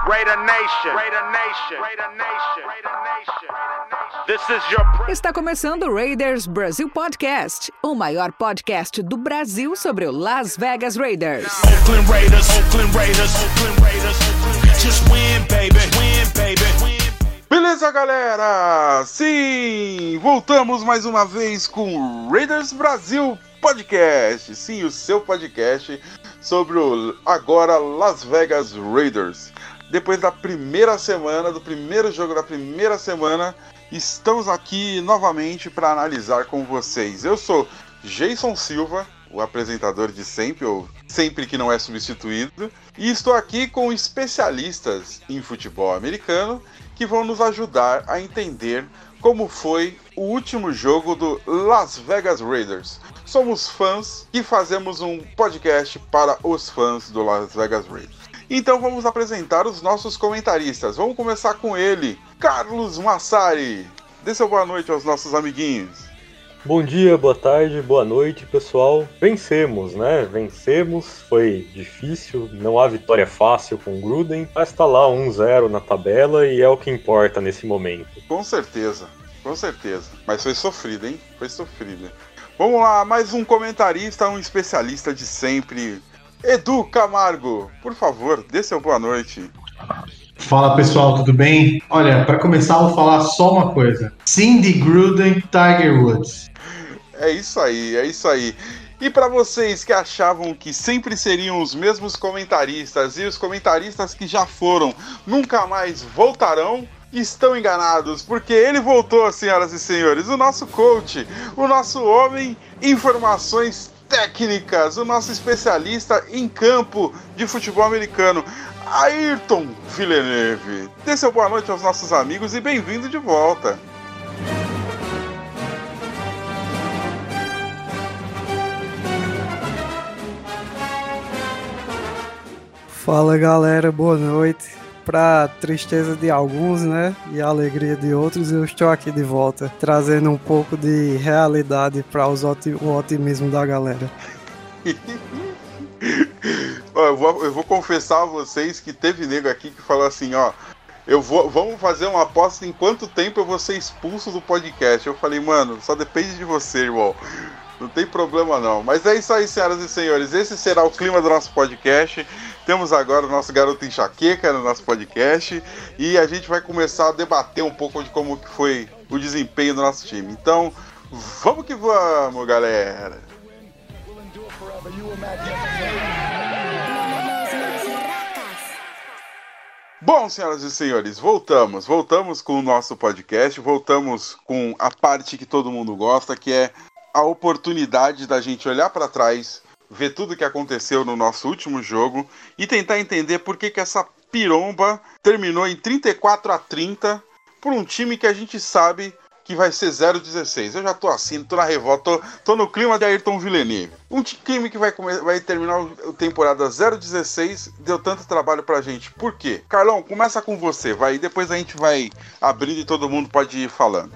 Raider Nation. Raider Nation. Raider Nation. Raider Nation. This is your... Está começando o Raiders Brasil Podcast, o maior podcast do Brasil sobre o Las Vegas Raiders. Oakland Raiders, Oakland Raiders, Oakland Raiders, just win, baby, win, baby, win. Beleza, galera? Sim, voltamos mais uma vez com o Raiders Brasil Podcast. Sim, o seu podcast sobre o agora Las Vegas Raiders. Depois da primeira semana, do primeiro jogo da primeira semana, estamos aqui novamente para analisar com vocês. Eu sou Jason Silva, o apresentador de sempre, ou sempre que não é substituído, e estou aqui com especialistas em futebol americano que vão nos ajudar a entender como foi o último jogo do Las Vegas Raiders. Somos fãs e fazemos um podcast para os fãs do Las Vegas Raiders. Então vamos apresentar os nossos comentaristas. Vamos começar com ele, Carlos Massari. Dê seu boa noite aos nossos amiguinhos. Bom dia, boa tarde, boa noite, pessoal. Vencemos, né? Vencemos, foi difícil, não há vitória fácil com o Gruden, mas tá lá 1-0 na tabela e é o que importa nesse momento. Com certeza, com certeza. Mas foi sofrido, hein? Foi sofrido. Vamos lá, mais um comentarista, um especialista de sempre, Edu Camargo. Por favor, dê seu boa noite. Fala pessoal, tudo bem? Olha, para começar eu vou falar só uma coisa. Cindy Gruden, Tiger Woods. É isso aí, é isso aí. E para vocês que achavam que sempre seriam os mesmos comentaristas e os comentaristas que já foram nunca mais voltarão, estão enganados, porque ele voltou, senhoras e senhores, o nosso coach, o nosso homem informações técnicas, o nosso especialista em campo de futebol americano, Ayrton Villeneuve. Dê seu boa noite aos nossos amigos e bem-vindo de volta. Fala galera, boa noite. Para tristeza de alguns, né, e alegria de outros, eu estou aqui de volta, trazendo um pouco de realidade para o otimismo da galera. Eu vou confessar a vocês que teve nego aqui que falou assim, ó, vamos fazer uma aposta em quanto tempo eu vou ser expulso do podcast. Eu falei, mano, só depende de você, irmão. Não tem problema não. Mas é isso aí, senhoras e senhores. Esse será o clima do nosso podcast. Temos agora o nosso garoto enxaqueca no nosso podcast. E a gente vai começar a debater um pouco de como que foi o desempenho do nosso time. Então, vamos que vamos, galera. Bom, senhoras e senhores, voltamos com o nosso podcast, voltamos com a parte que todo mundo gosta, que é a oportunidade da gente olhar para trás, ver tudo o que aconteceu no nosso último jogo e tentar entender por que essa piromba terminou em 34-30 por um time que a gente sabe que vai ser 0-16. Eu já tô assim, tô na revolta, tô no clima de Ayrton Villeneuve. Um time que vai terminar a temporada 0-16 deu tanto trabalho pra gente. Por quê? Carlão, começa com você, vai, e depois a gente vai abrindo e todo mundo pode ir falando.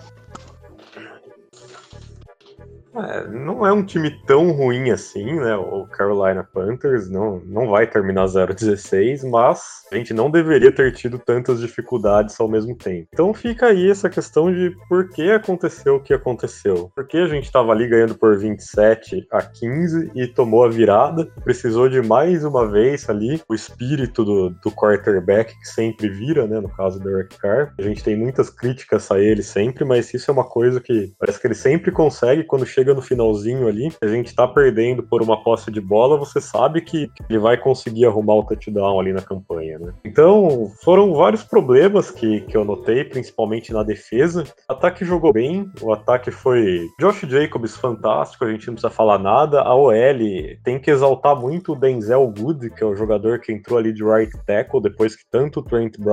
Não é um time tão ruim assim, né? O Carolina Panthers não vai terminar 0-16, mas a gente não deveria ter tido tantas dificuldades ao mesmo tempo. Então fica aí essa questão de por que aconteceu o que aconteceu. Por que a gente estava ali ganhando por 27-15 e tomou a virada, precisou de mais uma vez ali o espírito do quarterback que sempre vira, né? No caso do Derek Carr. A gente tem muitas críticas a ele sempre, mas isso é uma coisa que parece que ele sempre consegue quando chega no finalzinho ali, a gente tá perdendo por uma posse de bola, você sabe que ele vai conseguir arrumar o touchdown ali na campanha, né? Então, foram vários problemas que eu notei, principalmente na defesa. O ataque jogou bem, o ataque foi Josh Jacobs fantástico, a gente não precisa falar nada. A OL tem que exaltar muito o Denzel Wood, que é o jogador que entrou ali de right tackle, depois que tanto o Trent Brown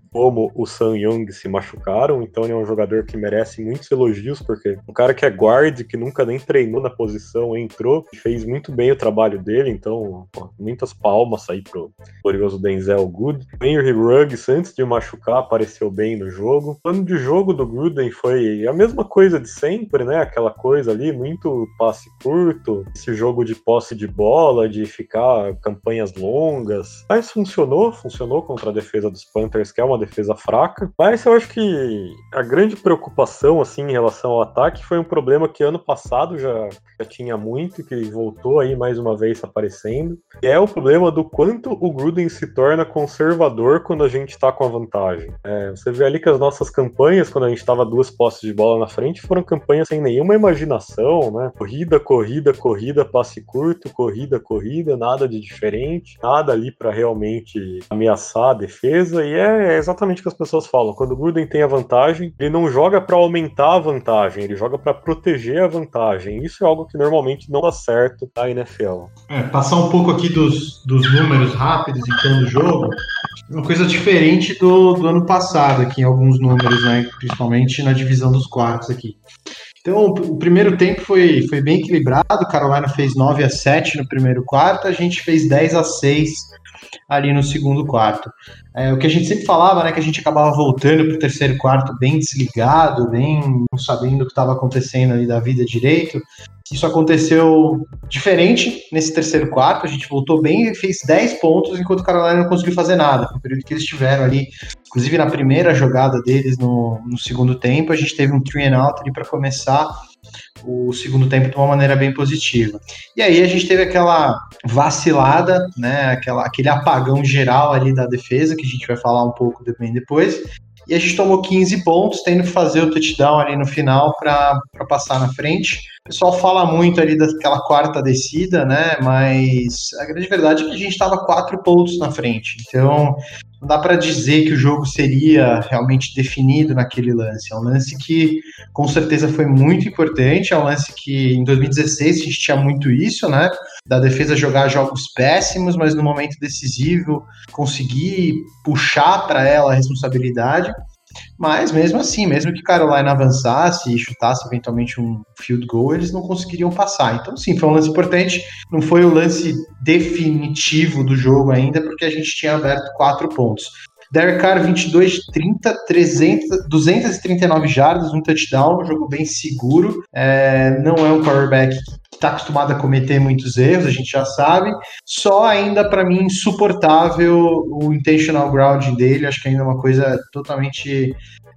como o Sun Young se machucaram, então ele é um jogador que merece muitos elogios, porque um cara que é guard, que nunca nem treinou na posição, entrou e fez muito bem o trabalho dele, então muitas palmas aí pro glorioso Denzel Good. O Henry Ruggs, antes de machucar, apareceu bem no jogo. O plano de jogo do Gruden foi a mesma coisa de sempre, né? Aquela coisa ali, muito passe curto, esse jogo de posse de bola, de ficar campanhas longas, mas funcionou contra a defesa dos Panthers, que é uma defesa fraca, mas eu acho que a grande preocupação, assim, em relação ao ataque foi um problema que ano passado já tinha muito, que voltou aí mais uma vez aparecendo, que é o problema do quanto o Gruden se torna conservador quando a gente tá com a vantagem. Você vê ali que as nossas campanhas, quando a gente tava 2 posses de bola na frente, foram campanhas sem nenhuma imaginação, né? Corrida, corrida, corrida, passe curto, corrida, corrida, nada de diferente, nada ali para realmente ameaçar a defesa, e é exatamente o que as pessoas falam. Quando o Gruden tem a vantagem, ele não joga para aumentar a vantagem, ele joga para proteger a vantagem. Isso é algo que normalmente não dá certo na NFL. Passar um pouco aqui dos números rápidos, então, do jogo. Uma coisa diferente do ano passado aqui, em alguns números, né? Principalmente na divisão dos quartos aqui. Então, o primeiro tempo foi bem equilibrado. Carolina fez 9-7 no primeiro quarto, a gente fez 10-6 ali no segundo quarto. O que a gente sempre falava, né, que a gente acabava voltando para o terceiro quarto bem desligado, bem não sabendo o que estava acontecendo ali da vida direito. Isso aconteceu diferente nesse terceiro quarto, a gente voltou bem e fez 10 pontos, enquanto o Carolina não conseguiu fazer nada. Foi o período que eles tiveram ali, inclusive na primeira jogada deles no segundo tempo, a gente teve um 3-and-out ali para começar o segundo tempo de uma maneira bem positiva. E aí a gente teve aquela vacilada, né, aquele apagão geral ali da defesa, que a gente vai falar um pouco bem depois, e a gente tomou 15 pontos, tendo que fazer o touchdown ali no final para passar na frente. O pessoal fala muito ali daquela quarta descida, né, mas a grande verdade é que a gente estava 4 pontos na frente, então não dá para dizer que o jogo seria realmente definido naquele lance. É um lance que com certeza foi muito importante, é um lance que em 2016 a gente tinha muito isso, né, da defesa jogar jogos péssimos, mas no momento decisivo conseguir puxar para ela a responsabilidade. Mas mesmo assim, mesmo que Carolina avançasse e chutasse eventualmente um field goal, eles não conseguiriam passar. Então sim, foi um lance importante, não foi o lance definitivo do jogo ainda, porque a gente tinha aberto 4 pontos. Derek Carr, 22 de 30, 239 jardas, um touchdown, um jogo bem seguro. Não é um quarterback que está acostumado a cometer muitos erros, a gente já sabe. Só ainda, para mim, insuportável o intentional grounding dele. Acho que ainda é uma coisa totalmente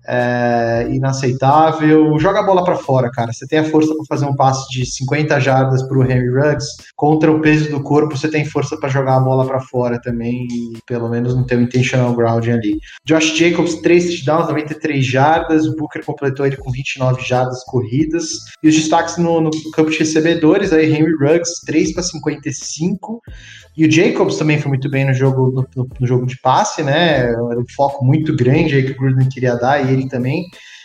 inaceitável. Joga a bola para fora, cara. Você tem a força para fazer um passe de 50 jardas para o Henry Ruggs. Contra o peso do corpo, você tem força para jogar a bola para fora também e pelo menos não ter um intentional grounding ali. Josh Jacobs, 3 touchdowns, 93 jardas. O Booker completou ele com 29 jardas corridas. E os destaques no campo de recebedores, aí Henry Ruggs, 3 para 55. E o Jacobs também foi muito bem no jogo de passe, né? Era um foco muito grande aí que o Gruden queria dar, e ele também.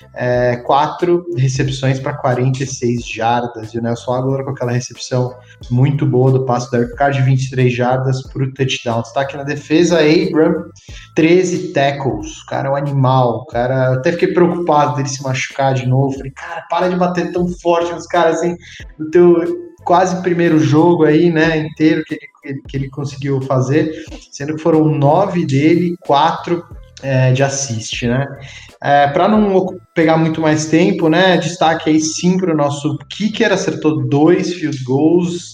4 recepções para 46 jardas. E o Nelson Aguilar com aquela recepção muito boa do passe da Derek Carr de 23 jardas para o touchdown. Destaque na defesa, Abram, 13 tackles. O cara é um animal. O cara, eu até fiquei preocupado dele se machucar de novo. Falei, cara, para de bater tão forte nos caras assim, no teu quase primeiro jogo aí, né, inteiro que ele conseguiu fazer, sendo que foram 9 dele, 4 de assist, né. Para não pegar muito mais tempo, né, destaque aí sim para o nosso kicker, acertou 2 field goals,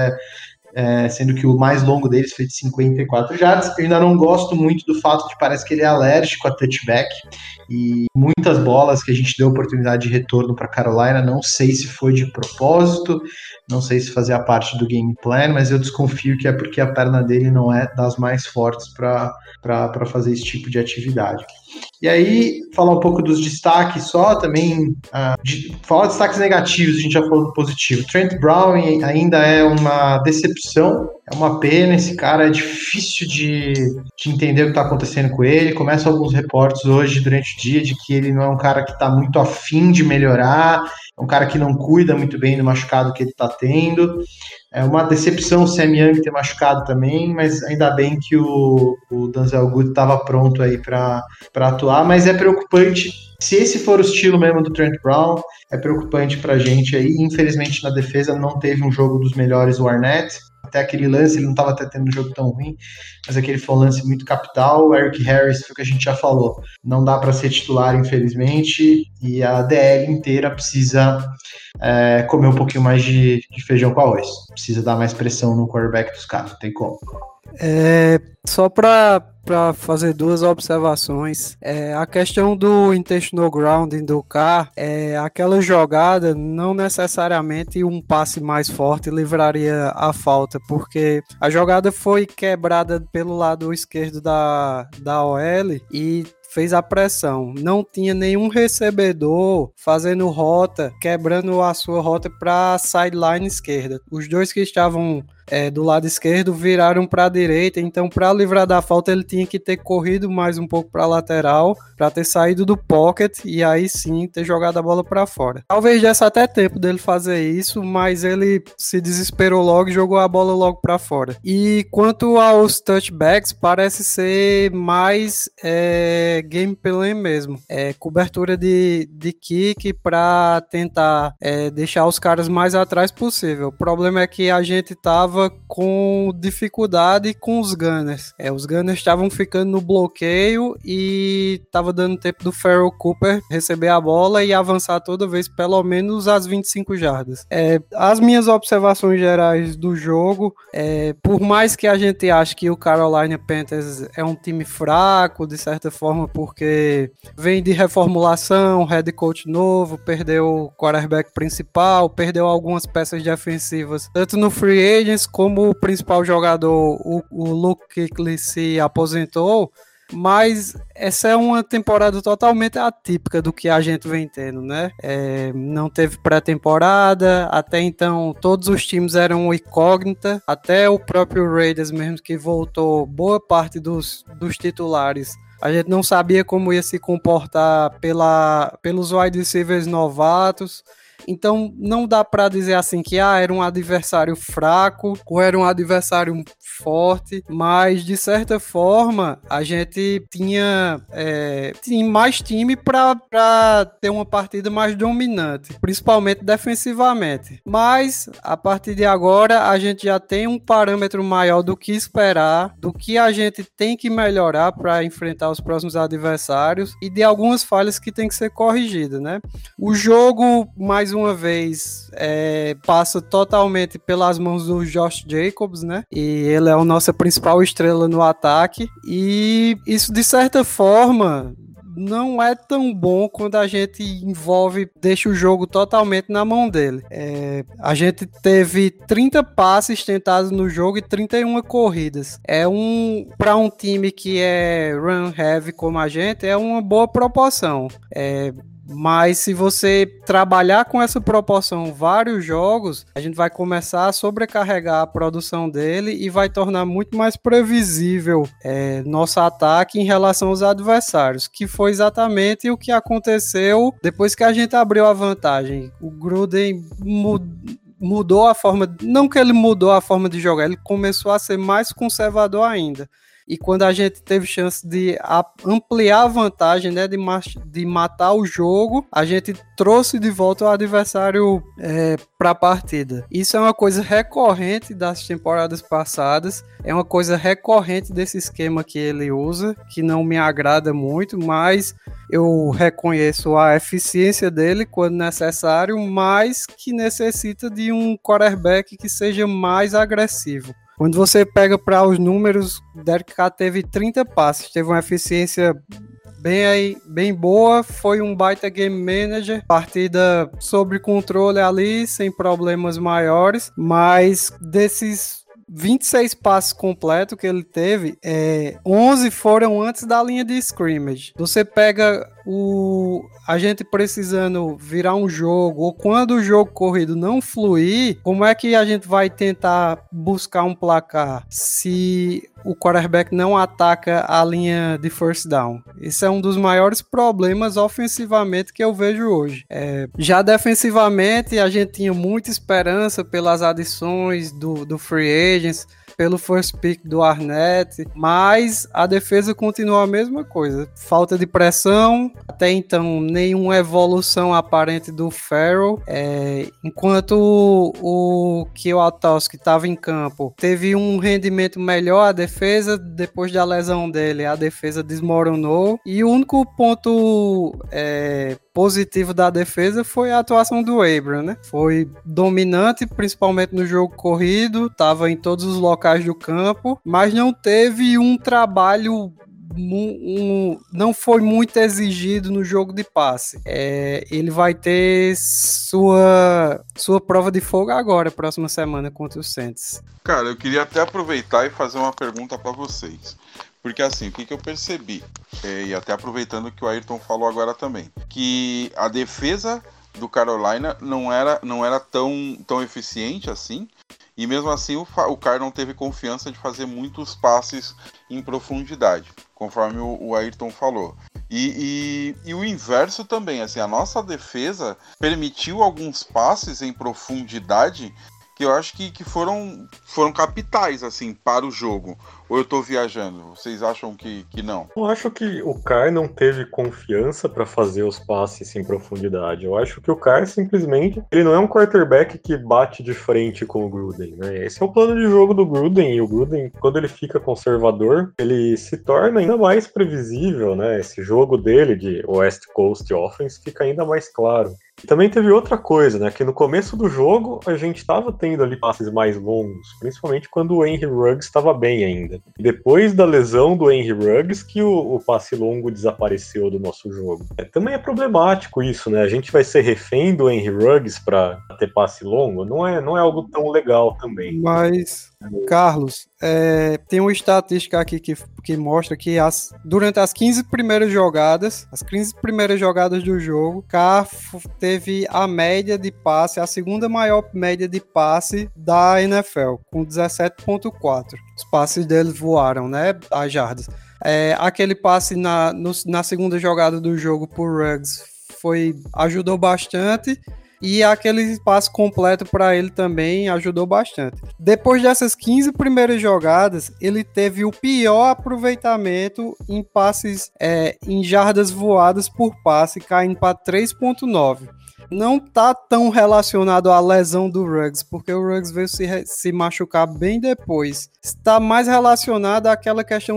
sendo que o mais longo deles foi de 54 jardas. Eu ainda não gosto muito do fato de parece que ele é alérgico a touchback, e muitas bolas que a gente deu oportunidade de retorno para Carolina, não sei se foi de propósito, não sei se fazia parte do game plan, mas eu desconfio que é porque a perna dele não é das mais fortes para fazer esse tipo de atividade. E aí, falar um pouco dos destaques só, também, falar de destaques negativos, a gente já falou do positivo. Trent Brown ainda é uma decepção É uma pena, esse cara é difícil de entender o que está acontecendo com ele. Começam alguns reportes hoje durante o dia de que ele não é um cara que está muito afim de melhorar, é um cara que não cuida muito bem do machucado que ele está tendo. É uma decepção o Sam Young ter machucado também, mas ainda bem que o Denzel Good estava pronto aí para atuar, mas é preocupante. Se esse for o estilo mesmo do Trent Brown, é preocupante pra gente aí. Infelizmente na defesa não teve um jogo dos melhores o Arnett. Até aquele lance, ele não estava até tendo um jogo tão ruim, mas aquele foi um lance muito capital. O Eric Harris, foi o que a gente já falou, não dá para ser titular, infelizmente, e a DL inteira precisa comer um pouquinho mais de feijão com arroz. Precisa dar mais pressão no quarterback dos caras, não tem como. Só para fazer duas observações, a questão do intentional grounding do Carr, aquela jogada não necessariamente um passe mais forte livraria a falta, porque a jogada foi quebrada pelo lado esquerdo da OL e fez a pressão, não tinha nenhum recebedor fazendo rota, quebrando a sua rota para a sideline esquerda. Os dois que estavam do lado esquerdo viraram para a direita, então para livrar da falta ele tinha que ter corrido mais um pouco para a lateral, para ter saído do pocket e aí sim ter jogado a bola para fora. Talvez desse até tempo dele fazer isso, mas ele se desesperou logo e jogou a bola logo para fora. E quanto aos touchbacks, parece ser mais gameplay mesmo, cobertura de kick para tentar deixar os caras mais atrás possível. O problema é que a gente tava com dificuldade com os Gunners. Os Gunners estavam ficando no bloqueio e tava dando tempo do Pharoh Cooper receber a bola e avançar toda vez pelo menos as 25 jardas. As minhas observações gerais do jogo, por mais que a gente ache que o Carolina Panthers é um time fraco, de certa forma, porque vem de reformulação, head coach novo, perdeu o quarterback principal, perdeu algumas peças defensivas, tanto no free agents como o principal jogador, o Luke Kuechly, se aposentou, mas essa é uma temporada totalmente atípica do que a gente vem tendo, né? Não teve pré-temporada, até então todos os times eram incógnita, até o próprio Raiders mesmo, que voltou boa parte dos titulares. A gente não sabia como ia se comportar pelos wide receivers novatos. Então não dá para dizer assim que era um adversário fraco ou era um adversário forte, mas de certa forma a gente tinha mais time para ter uma partida mais dominante, principalmente defensivamente. Mas a partir de agora a gente já tem um parâmetro maior do que esperar, do que a gente tem que melhorar para enfrentar os próximos adversários e de algumas falhas que tem que ser corrigidas, né? O jogo, mais uma vez, passa totalmente pelas mãos do Josh Jacobs, né? E ele é a nossa principal estrela no ataque. E isso, de certa forma, não é tão bom quando a gente deixa o jogo totalmente na mão dele. A gente teve 30 passes tentados no jogo e 31 corridas. Para um time que é run heavy como a gente, é uma boa proporção. Mas se você trabalhar com essa proporção vários jogos, a gente vai começar a sobrecarregar a produção dele e vai tornar muito mais previsível nosso ataque em relação aos adversários, que foi exatamente o que aconteceu depois que a gente abriu a vantagem. O Gruden mudou a forma, não que ele mudou a forma de jogar, ele começou a ser mais conservador ainda. E quando a gente teve chance de ampliar a vantagem, né, de matar o jogo, a gente trouxe de volta o adversário para a partida. Isso é uma coisa recorrente das temporadas passadas, é uma coisa recorrente desse esquema que ele usa, que não me agrada muito, mas eu reconheço a eficiência dele quando necessário, mas que necessita de um quarterback que seja mais agressivo. Quando você pega para os números, Derek Carr teve 30 passes, teve uma eficiência bem boa, foi um baita game manager, partida sob controle ali, sem problemas maiores, mas desses 26 passes completos que ele teve, 11 foram antes da linha de scrimmage. Você pega a gente precisando virar um jogo, ou quando o jogo corrido não fluir, como é que a gente vai tentar buscar um placar se o quarterback não ataca a linha de first down? Esse é um dos maiores problemas ofensivamente que eu vejo hoje. Já defensivamente, a gente tinha muita esperança pelas adições do free agents, pelo first pick do Arnett, mas a defesa continua a mesma coisa. Falta de pressão, até então nenhuma evolução aparente do Farrell. Enquanto o Kwiatkowski estava em campo, teve um rendimento melhor a defesa, depois da lesão dele, a defesa desmoronou, e o único ponto positivo da defesa foi a atuação do Abram, né? Foi dominante, principalmente no jogo corrido, estava em todos os locais do campo, mas não teve um trabalho, não foi muito exigido no jogo de passe. Ele vai ter sua prova de fogo agora, próxima semana, contra o Saints. Cara, eu queria até aproveitar e fazer uma pergunta para vocês. Porque assim, o que eu percebi, e até aproveitando o que o Ayrton falou agora também, que a defesa do Carolina não era tão eficiente assim, e mesmo assim o Carr não teve confiança de fazer muitos passes em profundidade, conforme o Ayrton falou. E o inverso também, assim, a nossa defesa permitiu alguns passes em profundidade que eu acho que foram capitais, assim, para o jogo. Ou eu tô viajando? Vocês acham que não? Eu acho que o Carr não teve confiança para fazer os passes em profundidade. Eu acho que o Carr simplesmente, ele não é um quarterback que bate de frente com o Gruden, né? Esse é o plano de jogo do Gruden, e o Gruden, quando ele fica conservador, ele se torna ainda mais previsível, né? Esse jogo dele de West Coast Offense fica ainda mais claro. E também teve outra coisa, né? Que no começo do jogo a gente estava tendo ali passes mais longos, principalmente quando o Henry Ruggs estava bem ainda. Depois da lesão do Henry Ruggs que o passe longo desapareceu do nosso jogo. Também é problemático isso, né? A gente vai ser refém do Henry Ruggs para ter passe longo? Não é algo tão legal também. Mas, Carlos, tem uma estatística aqui que mostra que durante as 15 primeiras jogadas do jogo, Carr teve a média de passe, a segunda maior média de passe da NFL, com 17.4. Os passes dele voaram, né, as jardas. Aquele passe na segunda jogada do jogo por Ruggs ajudou bastante, e aquele passe completo para ele também ajudou bastante. Depois dessas 15 primeiras jogadas, ele teve o pior aproveitamento em passes, em jardas voadas por passe, caindo para 3.9. Não está tão relacionado à lesão do Ruggs, porque o Ruggs veio se machucar bem depois. Está mais relacionado àquela questão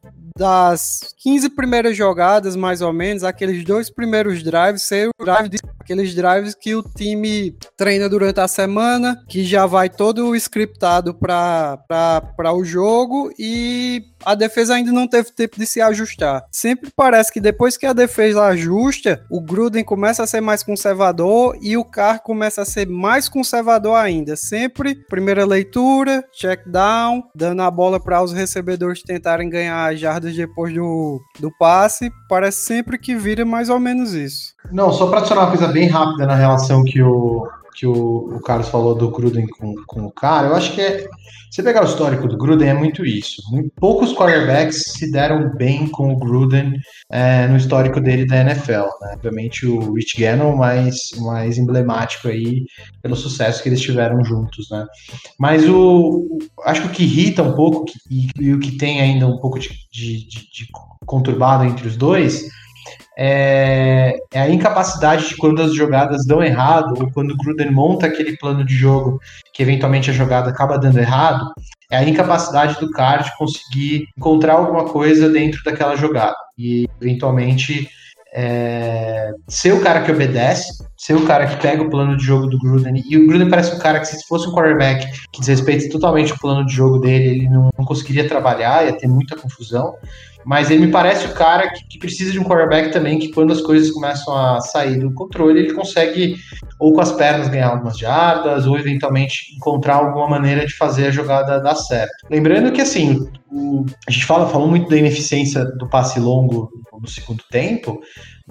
das 15 primeiras jogadas, mais ou menos, aqueles 2 primeiros drives, aqueles drives que o time treina durante a semana, que já vai todo scriptado para o jogo, e a defesa ainda não teve tempo de se ajustar. Sempre parece que depois que a defesa ajusta, o Gruden começa a ser mais conservador e o Carr começa a ser mais conservador ainda. Sempre primeira leitura, check down, dando a bola para os recebedores tentarem ganhar as jardas depois do passe. Parece sempre que vira mais ou menos isso. Não, só para adicionar uma coisa bem rápida na relação que o Carlos falou do Gruden com o Carr, eu acho que você pegar o histórico do Gruden, é muito isso. Poucos quarterbacks se deram bem com o Gruden no histórico dele da NFL, né? Obviamente o Rich Gannon mais emblemático aí pelo sucesso que eles tiveram juntos, né? Mas acho que o que irrita um pouco e o que tem ainda um pouco de conturbado entre os dois é a incapacidade de quando as jogadas dão errado, ou quando o Gruden monta aquele plano de jogo que eventualmente a jogada acaba dando errado, é a incapacidade do Carr de conseguir encontrar alguma coisa dentro daquela jogada e eventualmente ser o cara que obedece, ser o cara que pega o plano de jogo do Gruden. E o Gruden parece um cara que, se fosse um quarterback que desrespeita totalmente o plano de jogo dele, ele não conseguiria trabalhar, ia ter muita confusão. Mas ele me parece o cara que precisa de um quarterback também, que quando as coisas começam a sair do controle, ele consegue, ou com as pernas, ganhar algumas jardas, ou eventualmente encontrar alguma maneira de fazer a jogada dar certo. Lembrando que, assim, a gente falou muito da ineficiência do passe longo no segundo tempo,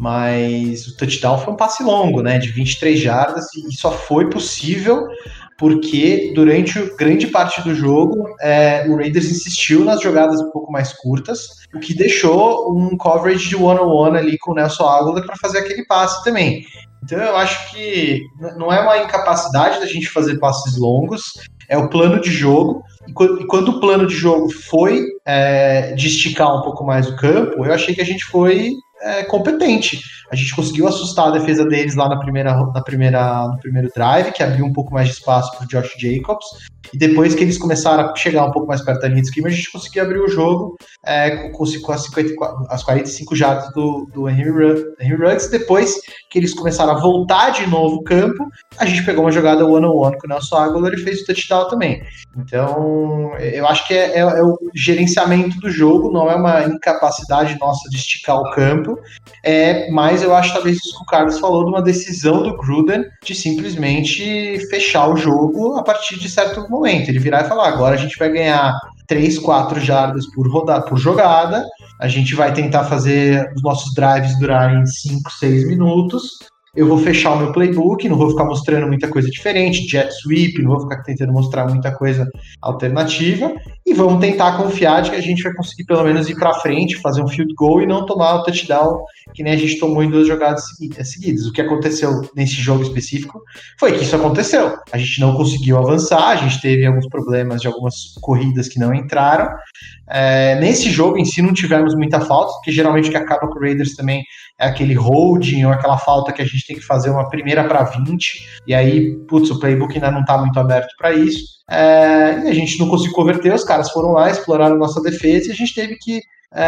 mas o touchdown foi um passe longo, né, de 23 jardas, e só foi possível porque durante grande parte do jogo o Raiders insistiu nas jogadas um pouco mais curtas, o que deixou um coverage de one-on-one ali com o Nelson Agholor para fazer aquele passe também. Então eu acho que não é uma incapacidade da gente fazer passes longos, é o plano de jogo, e quando o plano de jogo foi de esticar um pouco mais o campo, eu achei que a gente foi competente. A gente conseguiu assustar a defesa deles lá no primeiro drive, que abriu um pouco mais de espaço para o Josh Jacobs, e depois que eles começaram a chegar um pouco mais perto da linha de esquema, a gente conseguiu abrir o jogo com as 45 jardas do Henry Ruggs. Depois que eles começaram a voltar de novo o campo, a gente pegou uma jogada one-on-one com o Nelson Agholor e fez o touchdown também. Então, eu acho que é o gerenciamento do jogo, não é uma incapacidade nossa de esticar o campo, mas eu acho talvez isso que o Carlos falou, de uma decisão do Gruden de simplesmente fechar o jogo a partir de certo momento. Ele virar e falar, agora a gente vai ganhar 3, 4 jardas por jogada, a gente vai tentar fazer os nossos drives durarem 5, 6 minutos, eu vou fechar o meu playbook, não vou ficar mostrando muita coisa diferente, jet sweep, não vou ficar tentando mostrar muita coisa alternativa, e vamos tentar confiar de que a gente vai conseguir pelo menos ir para frente, fazer um field goal e não tomar o touchdown que nem a gente tomou em 2 jogadas seguidas. O que aconteceu nesse jogo específico foi que isso aconteceu. A gente não conseguiu avançar, a gente teve alguns problemas de algumas corridas que não entraram. Nesse jogo em si não tivemos muita falta, porque geralmente o que acaba com o Raiders também é aquele holding ou aquela falta que a gente tem que fazer uma primeira para 20, e aí, o playbook ainda não está muito aberto para isso. E a gente não conseguiu converter, os caras foram lá, exploraram nossa defesa e a gente teve que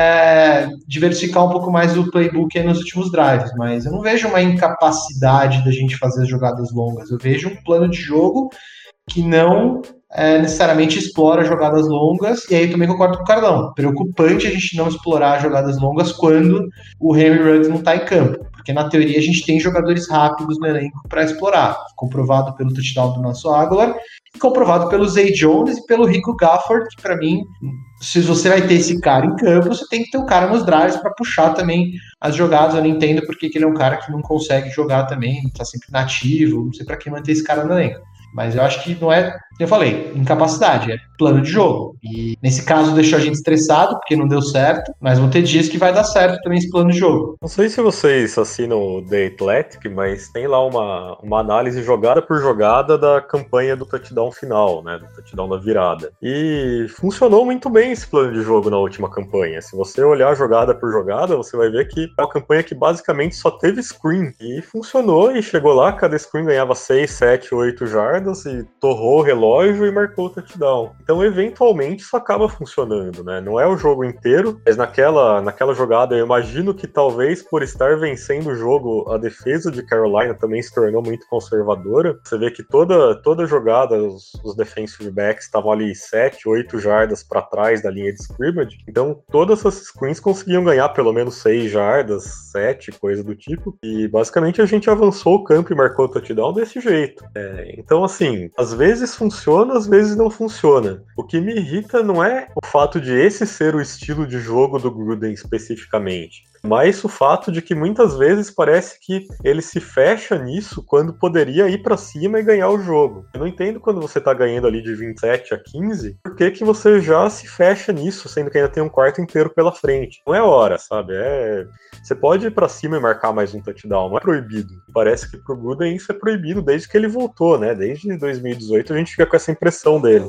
diversificar um pouco mais o playbook aí nos últimos drives, mas eu não vejo uma incapacidade da gente fazer jogadas longas, eu vejo um plano de jogo que não necessariamente explora jogadas longas, e aí eu também concordo com o Carlão, preocupante a gente não explorar jogadas longas quando o Henry Ruggs não está em campo, porque na teoria a gente tem jogadores rápidos no elenco para explorar, comprovado pelo touchdown do nosso Agholor, e comprovado pelo Zay Jones e pelo Rico Gafford, que para mim, se você vai ter esse cara em campo, você tem que ter o cara nos drives para puxar também as jogadas. Eu não entendo porque ele é um cara que não consegue jogar também, está sempre inativo, não sei para que manter esse cara no elenco. Mas eu acho que não é, eu falei, incapacidade, é plano de jogo. E nesse caso deixou a gente estressado, porque não deu certo, mas vão ter dias que vai dar certo também esse plano de jogo. Não sei se vocês assinam o The Athletic, mas tem lá uma análise jogada por jogada da campanha do touchdown final, né, do touchdown da virada. E funcionou muito bem esse plano de jogo na última campanha. Se você olhar jogada por jogada, você vai ver que é uma campanha que basicamente só teve screen. E funcionou, e chegou lá, cada screen ganhava 6, 7, 8 jardas, e torrou o relógio e marcou o touchdown. Então, eventualmente, isso acaba funcionando, né? Não é o jogo inteiro, mas naquela jogada eu imagino que talvez por estar vencendo o jogo, a defesa de Carolina também se tornou muito conservadora. Você vê que toda jogada, os defensive backs estavam ali 7, 8 jardas para trás da linha de scrimmage. Então, todas essas screens conseguiam ganhar pelo menos 6 jardas, 7, coisa do tipo. E, basicamente, a gente avançou o campo e marcou o touchdown desse jeito. Então, assim, às vezes funciona, às vezes não funciona. O que me irrita não é o fato de esse ser o estilo de jogo do Gruden especificamente, mas o fato de que muitas vezes parece que ele se fecha nisso quando poderia ir pra cima e ganhar o jogo. Eu não entendo quando você tá ganhando ali de 27-15, por que você já se fecha nisso, sendo que ainda tem um quarto inteiro pela frente. Não é hora, sabe? Você pode ir pra cima e marcar mais um touchdown, não é proibido. Parece que pro Gruden isso é proibido desde que ele voltou, né? Desde 2018 a gente fica com essa impressão dele.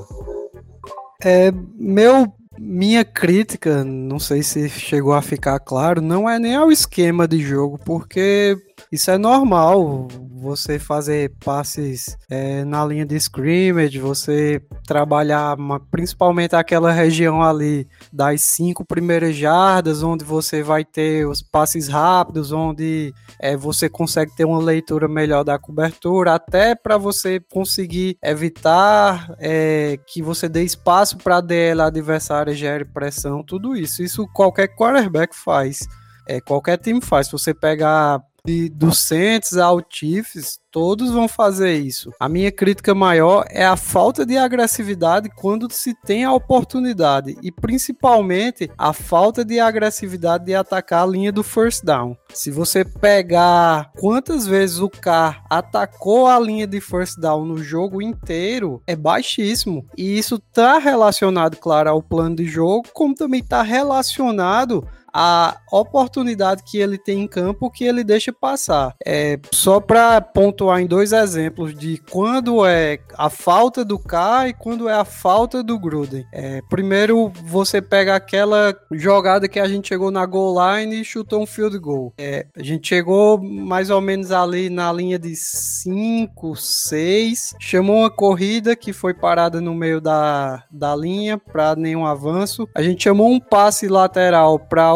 Minha crítica, não sei se chegou a ficar claro, não é nem ao esquema de jogo, porque isso é normal, você fazer passes na linha de scrimmage, você trabalhar principalmente aquela região ali das 5 primeiras jardas, onde você vai ter os passes rápidos, onde você consegue ter uma leitura melhor da cobertura, até para você conseguir evitar que você dê espaço para a DL adversária, gere pressão, tudo isso. Isso qualquer quarterback faz, qualquer time faz. Se você pegar do Saints ao Chiefs, todos vão fazer isso. A minha crítica maior é a falta de agressividade quando se tem a oportunidade e principalmente a falta de agressividade de atacar a linha do first down. Se você pegar quantas vezes o Carr atacou a linha de first down no jogo inteiro, é baixíssimo. E isso está relacionado, claro, ao plano de jogo, como também está relacionado a oportunidade que ele tem em campo que ele deixa passar. Só para pontuar em 2 exemplos de quando é a falta do Carr e quando é a falta do Gruden. Primeiro, você pega aquela jogada que a gente chegou na goal line e chutou um field goal. A gente chegou mais ou menos ali na linha de 5, 6, chamou uma corrida que foi parada no meio da linha para nenhum avanço. A gente chamou um passe lateral para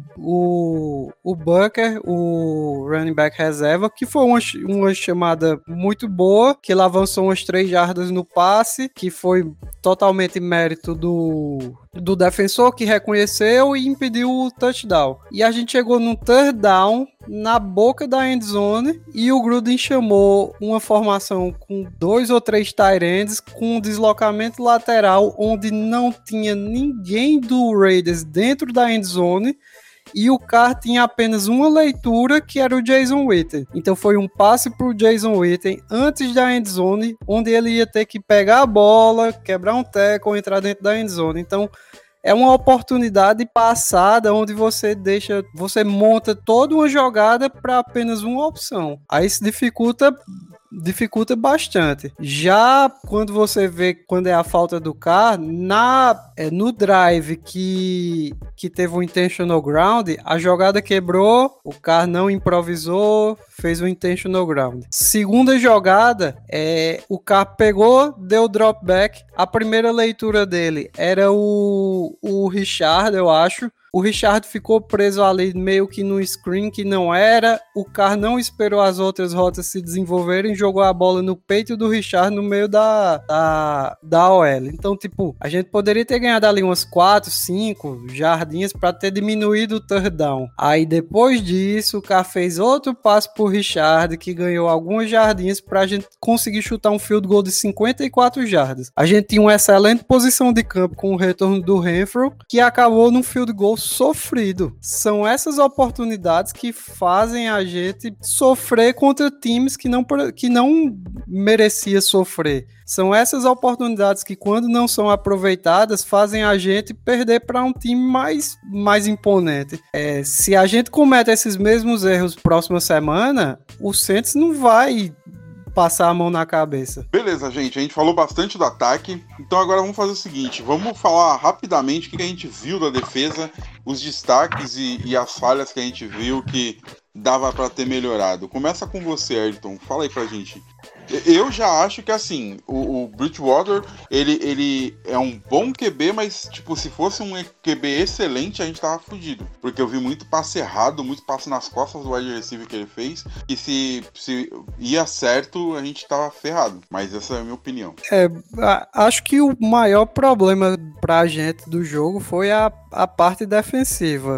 o Booker, o running back reserva, que foi uma chamada muito boa, que ele avançou umas 3 jardas no passe, que foi totalmente mérito do defensor, que reconheceu e impediu o touchdown. E a gente chegou num third down na boca da end zone e o Gruden chamou uma formação com 2 ou 3 tight ends com um deslocamento lateral onde não tinha ninguém do Raiders dentro da end zone e o Carr tinha apenas uma leitura, que era o Jason Witten. Então foi um passe para o Jason Witten antes da end zone, onde ele ia ter que pegar a bola, quebrar um tackle, entrar dentro da end zone. Então é uma oportunidade passada onde você monta toda uma jogada para apenas uma opção. Aí isso dificulta bastante. Já quando você vê quando é a falta do Carr, no drive que teve um intentional ground, a jogada quebrou, o Carr não improvisou, fez um intentional ground. Segunda jogada, o Carr pegou, deu drop back, a primeira leitura dele era o Richard, eu acho. O Richard ficou preso ali meio que no screen que não era. O Carr não esperou as outras rotas se desenvolverem, jogou a bola no peito do Richard no meio da OL. Então, a gente poderia ter ganhado ali umas 4, 5 jardinhas para ter diminuído o third down. Aí depois disso, o Carr fez outro passe pro Richard que ganhou algumas jardinhas para a gente conseguir chutar um field goal de 54 jardas. A gente tinha uma excelente posição de campo com o retorno do Renfrow, que acabou num field goal sofrido. São essas oportunidades que fazem a gente sofrer contra times que não merecia sofrer. São essas oportunidades que, quando não são aproveitadas, fazem a gente perder para um time mais imponente. Se a gente comete esses mesmos erros próxima semana, o Saints não vai passar a mão na cabeça. Beleza, gente, a gente falou bastante do ataque, então agora vamos fazer o seguinte, vamos falar rapidamente o que a gente viu da defesa, os destaques e as falhas que a gente viu que dava para ter melhorado. Começa com você, Ayrton, fala aí pra gente. Eu já acho que, assim, o Bridgewater, ele é um bom QB, mas, se fosse um QB excelente, a gente tava fudido. Porque eu vi muito passe errado, muito passe nas costas do wide receiver que ele fez, e se ia certo, a gente tava ferrado. Mas essa é a minha opinião. Acho que o maior problema pra gente do jogo foi a parte defensiva.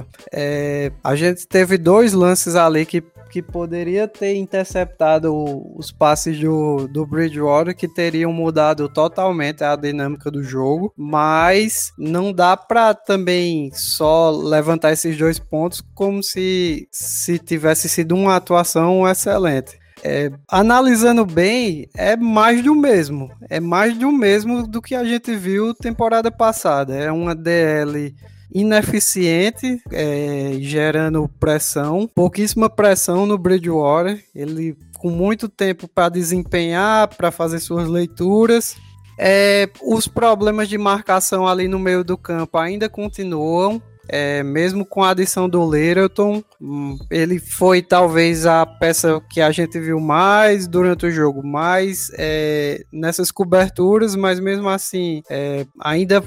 A gente teve 2 lances ali que poderia ter interceptado os passes do Bridgewater, que teriam mudado totalmente a dinâmica do jogo, mas não dá para também só levantar esses 2 pontos como se tivesse sido uma atuação excelente. Analisando bem, é mais do mesmo. É mais do mesmo do que a gente viu temporada passada. É uma DL ineficiente, gerando pressão, pouquíssima pressão no Bridgewater, ele com muito tempo para desempenhar, para fazer suas leituras. Os problemas de marcação ali no meio do campo ainda continuam. Mesmo com a adição do Littleton, ele foi talvez a peça que a gente viu mais durante o jogo, mais nessas coberturas, mas mesmo assim ainda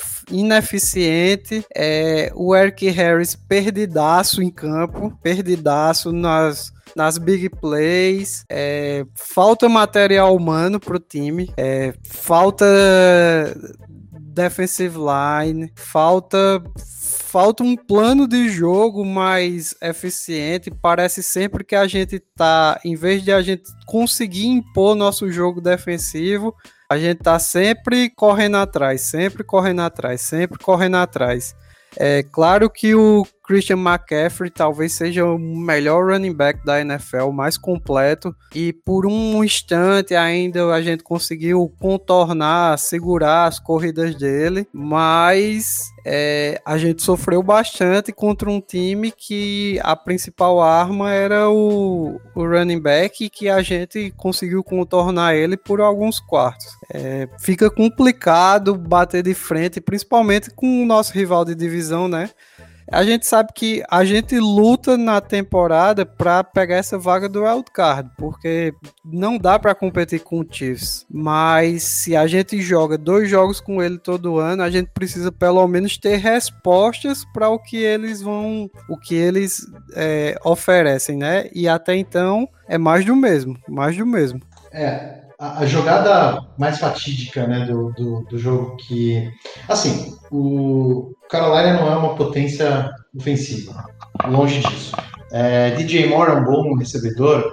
ineficiente. O Eric Harris perdidaço em campo, perdidaço nas big plays, falta material humano pro time, falta defensive line, falta falta um plano de jogo mais eficiente. Parece sempre que a gente tá, em vez de a gente conseguir impor nosso jogo defensivo, a gente tá sempre correndo atrás, sempre correndo atrás, sempre correndo atrás. É claro que o Christian McCaffrey talvez seja o melhor running back da NFL, mais completo, e por um instante ainda a gente conseguiu contornar, segurar as corridas dele, mas a gente sofreu bastante contra um time que a principal arma era o running back, e que a gente conseguiu contornar ele por alguns quartos. Fica complicado bater de frente, principalmente com o nosso rival de divisão, né? A gente sabe que a gente luta na temporada para pegar essa vaga do wildcard, porque não dá para competir com o Chiefs. Mas se a gente joga 2 jogos com ele todo ano, a gente precisa pelo menos ter respostas para o que eles oferecem, né? E até então é mais do mesmo. A jogada mais fatídica, né, do jogo que... Assim, o Carolina não é uma potência ofensiva, longe disso. DJ Moore é um bom recebedor,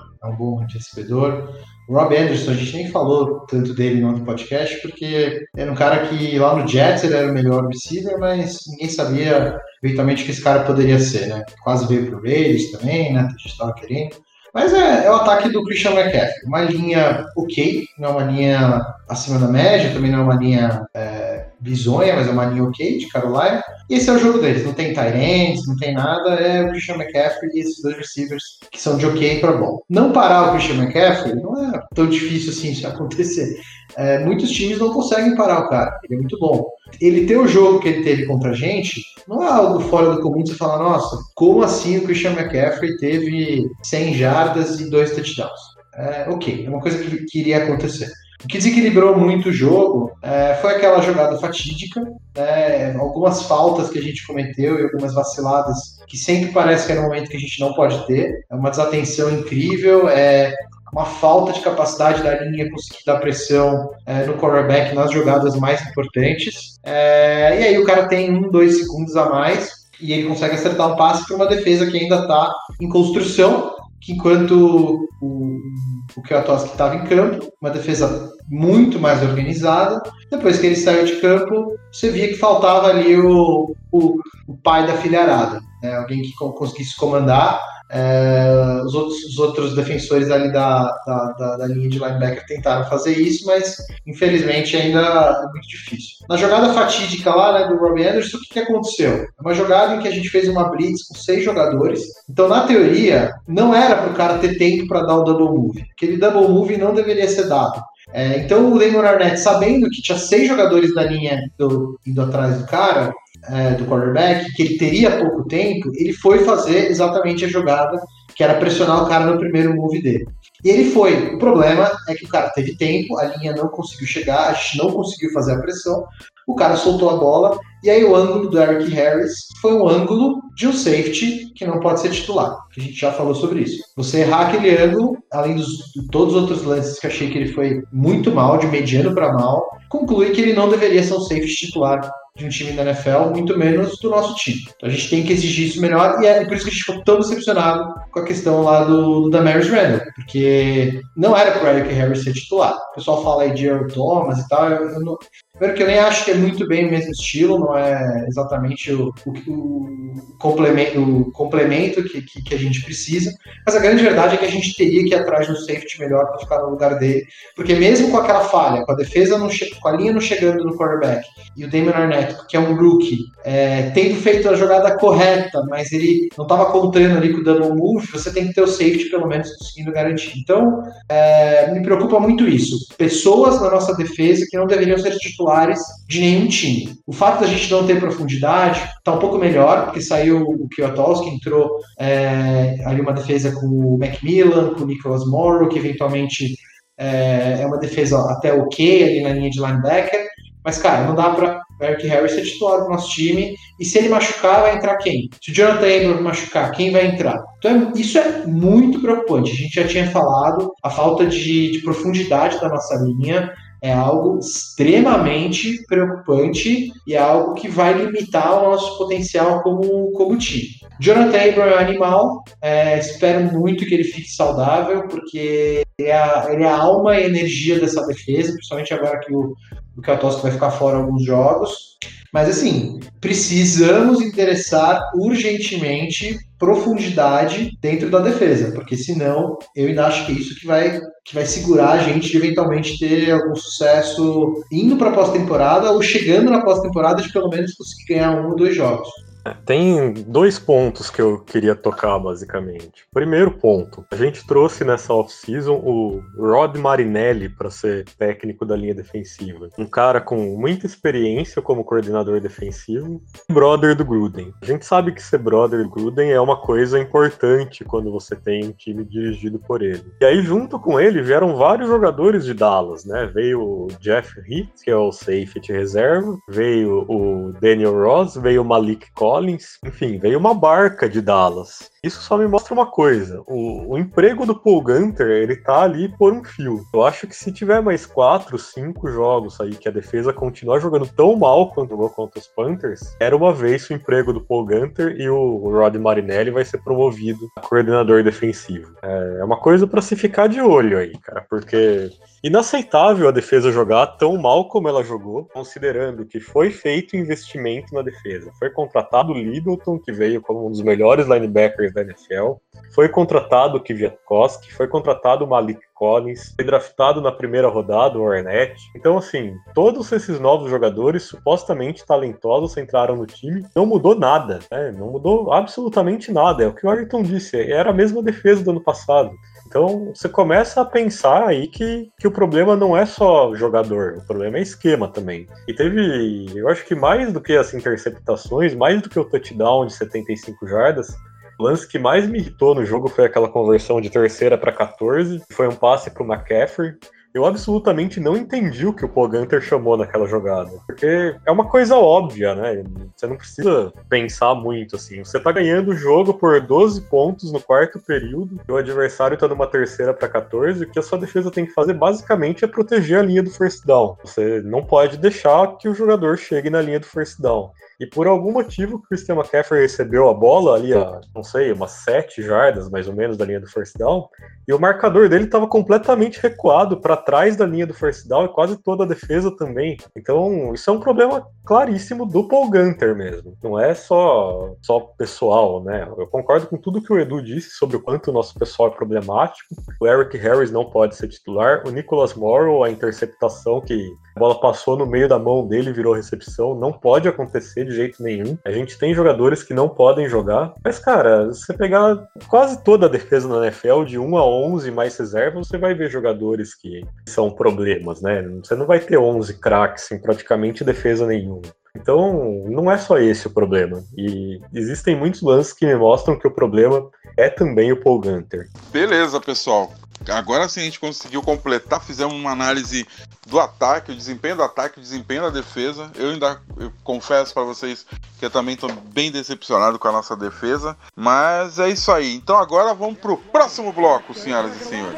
O Rob Anderson, a gente nem falou tanto dele no outro podcast, porque era um cara que lá no Jets ele era o melhor receiver, mas ninguém sabia eventualmente o que esse cara poderia ser, né? Quase veio pro Raiders também, né? A gente estava querendo. Mas é o ataque do Christian McCaffrey. Uma linha ok, não é uma linha acima da média, também não é uma linha bizonha, mas é uma linha ok de Carolina. E esse é o jogo deles. Não tem tight ends, não tem nada. É o Christian McCaffrey e esses 2 receivers que são de ok para bom. Não parar o Christian McCaffrey não é tão difícil assim de acontecer. Muitos times não conseguem parar o cara. Ele é muito bom. Ele ter o jogo que ele teve contra a gente não é algo fora do comum de você falar, nossa, como assim o Christian McCaffrey teve 100 jardas e 2 touchdowns? Ok, é uma coisa que iria acontecer. O que desequilibrou muito o jogo foi aquela jogada fatídica, algumas faltas que a gente cometeu e algumas vaciladas que sempre parece que é no momento que a gente não pode ter. É uma desatenção incrível, uma falta de capacidade da linha conseguir dar pressão no quarterback nas jogadas mais importantes. E aí o cara tem 1-2 segundos a mais e ele consegue acertar um passe para uma defesa que ainda está em construção, que enquanto o Kwiatkowski estava em campo, uma defesa muito mais organizada. Depois que ele saiu de campo, você via que faltava ali o pai da filharada, né? Alguém que conseguisse comandar. Os outros defensores ali da linha de linebacker tentaram fazer isso, mas infelizmente ainda é muito difícil. Na jogada fatídica lá, né, do Robbie Anderson, o que aconteceu? É uma jogada em que a gente fez uma blitz com 6 jogadores, então na teoria não era para o cara ter tempo para dar o double move, aquele double move não deveria ser dado. Então o Damon Arnett, sabendo que tinha 6 jogadores da linha indo atrás do cara, do quarterback, que ele teria pouco tempo, ele foi fazer exatamente a jogada, que era pressionar o cara no primeiro move dele. E ele foi. O problema é que o cara teve tempo, a linha não conseguiu chegar, a gente não conseguiu fazer a pressão, o cara soltou a bola, e aí o ângulo do Eric Harris foi um ângulo de um safety que não pode ser titular, que a gente já falou sobre isso. Você errar aquele ângulo, além de todos os outros lances que achei que ele foi muito mal, de mediano para mal, conclui que ele não deveria ser um safety titular de um time da NFL, muito menos do nosso time. Então a gente tem que exigir isso melhor, e é por isso que a gente ficou tão decepcionado com a questão lá do Damarius Randall, porque não era para o Eric Harris ser titular. O pessoal fala aí de Earl Thomas e tal, primeiro que eu nem acho que é muito bem o mesmo estilo, não é exatamente o complemento que a gente precisa, mas a grande verdade é que a gente teria que ir atrás de um safety melhor para ficar no lugar dele, porque mesmo com aquela falha, com a defesa com a linha não chegando no quarterback, e o Damon Arnett, que é um rookie, tendo feito a jogada correta, mas ele não estava contando ali com o double move, você tem que ter o safety pelo menos conseguindo garantir. Então, me preocupa muito isso. Pessoas na nossa defesa que não deveriam ser titulares de nenhum time. O fato da gente não ter profundidade está um pouco melhor, porque saiu o Kwiatkowski, entrou ali uma defesa com o Macmillan, com o Nicholas Morrow, que eventualmente é uma defesa até ok ali na linha de linebacker, mas, cara, não dá para Eric Harris ser titular do nosso time, e se ele machucar, vai entrar quem? Se o Jonathan Abram machucar, quem vai entrar? Então, isso é muito preocupante. A gente já tinha falado, a falta de profundidade da nossa linha, é algo extremamente preocupante e é algo que vai limitar o nosso potencial como time. Jonathan Abram é um animal, espero muito que ele fique saudável, porque ele é a alma e energia dessa defesa, principalmente agora que o Kwiatkowski vai ficar fora alguns jogos. Mas assim, precisamos interessar urgentemente profundidade dentro da defesa, porque senão eu ainda acho que é isso que vai segurar a gente de eventualmente ter algum sucesso indo para a pós-temporada ou chegando na pós-temporada de pelo menos conseguir ganhar 1 ou 2 jogos. Tem 2 pontos que eu queria tocar, basicamente. Primeiro ponto, a gente trouxe nessa off-season o Rod Marinelli para ser técnico da linha defensiva. Um cara com muita experiência como coordenador defensivo, brother do Gruden. A gente sabe que ser brother do Gruden é uma coisa importante quando você tem um time dirigido por ele. E aí, junto com ele, vieram vários jogadores de Dallas, né? Veio o Jeff Heath, que é o safety reserva, veio o Daniel Ross, veio o Malik Collins, enfim, veio uma barca de Dallas. Isso só me mostra uma coisa, o emprego do Paul Gunter, ele tá ali por um fio. Eu acho que se tiver mais 4, 5 jogos aí que a defesa continuar jogando tão mal quanto jogou contra os Panthers, era uma vez o emprego do Paul Gunter e o Rod Marinelli vai ser promovido a coordenador defensivo. É uma coisa pra se ficar de olho aí, cara, porque inaceitável a defesa jogar tão mal como ela jogou, considerando que foi feito investimento na defesa. Foi contratado o Littleton, que veio como um dos melhores linebackers da NFL. Foi contratado o Kwiatkowski, foi contratado o Malik Collins, foi draftado na primeira rodada o Arnett. Então, assim, todos esses novos jogadores supostamente talentosos entraram no time. Não mudou nada, né? Não mudou absolutamente nada. É o que o Ayrton disse, era a mesma defesa do ano passado. Então, você começa a pensar aí que o problema não é só jogador, o problema é esquema também. E teve, eu acho que mais do que as interceptações, mais do que o touchdown de 75 jardas, o lance que mais me irritou no jogo foi aquela conversão de 3ª para 14, que foi um passe para o McCaffrey. Eu absolutamente não entendi o que o Paul Gunter chamou naquela jogada. Porque é uma coisa óbvia, né? Você não precisa pensar muito, assim. Você tá ganhando o jogo por 12 pontos no 4º período, e o adversário tá numa 3ª para 14, o que a sua defesa tem que fazer, basicamente, é proteger a linha do first down. Você não pode deixar que o jogador chegue na linha do first down. E por algum motivo, o Christian McCaffrey recebeu a bola ali a, não sei, umas 7 jardas, mais ou menos, da linha do first down, e o marcador dele estava completamente recuado para trás da linha do first down e quase toda a defesa também. Então, isso é um problema claríssimo do Paul Gunter mesmo. Não é só pessoal, né? Eu concordo com tudo que o Edu disse sobre o quanto o nosso pessoal é problemático. O Eric Harris não pode ser titular. O Nicholas Morrow, a interceptação que a bola passou no meio da mão dele e virou recepção, não pode acontecer de jeito nenhum. A gente tem jogadores que não podem jogar. Mas, cara, se você pegar quase toda a defesa na NFL, de 1 a 11 mais reserva, você vai ver jogadores que são problemas, né? Você não vai ter 11 craques em praticamente defesa nenhuma. Então, não é só esse o problema. E existem muitos lances que me mostram que o problema é também o Paul Gunter. Beleza, pessoal. Agora sim a gente conseguiu completar, fizemos uma análise do ataque, o desempenho do ataque, o desempenho da defesa. Eu confesso para vocês que eu também estou bem decepcionado com a nossa defesa, mas é isso aí. Então agora vamos pro próximo bloco, senhoras e senhores.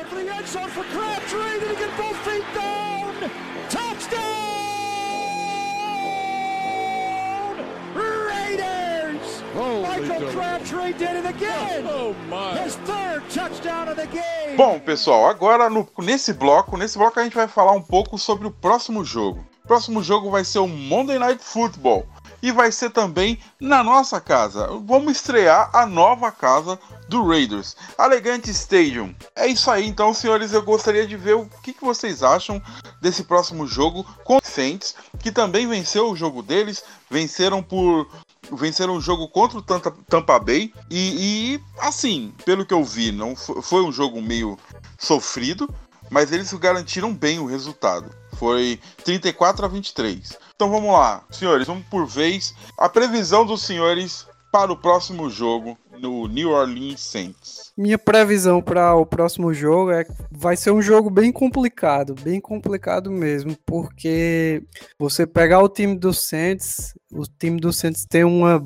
Michael Crabtree did it again. Oh my. His 3rd touchdown of the game. Bom, pessoal, agora nesse bloco a gente vai falar um pouco sobre o próximo jogo. O próximo jogo vai ser o Monday Night Football e vai ser também na nossa casa. Vamos estrear a nova casa do Raiders, Allegiant Stadium. É isso aí, então, senhores, eu gostaria de ver o que vocês acham desse próximo jogo com os Saints, que também venceu o jogo deles, venceram o jogo contra o Tampa Bay e assim, pelo que eu vi, não foi um jogo meio sofrido, mas eles garantiram bem o resultado. Foi 34-23. Então vamos lá, senhores, vamos por vez. A previsão dos senhores para o próximo jogo no New Orleans Saints. Minha previsão para o próximo jogo é que vai ser um jogo bem complicado mesmo, porque você pegar o time do Saints tem uma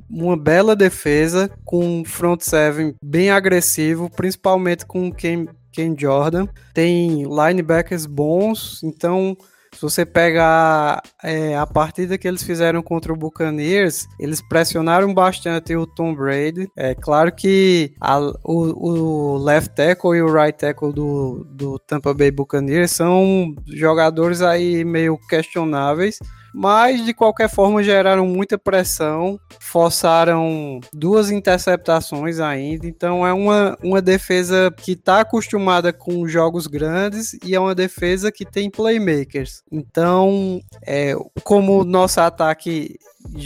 bela defesa, com um front seven bem agressivo, principalmente com quem Ken Jordan, tem linebackers bons, então se você pegar a partida que eles fizeram contra o Buccaneers, eles pressionaram bastante o Tom Brady. É claro que o left tackle e o right tackle do Tampa Bay Buccaneers são jogadores aí meio questionáveis, mas de qualquer forma geraram muita pressão, forçaram 2 interceptações ainda, então é uma defesa que está acostumada com jogos grandes e é uma defesa que tem playmakers. Então, como o nosso ataque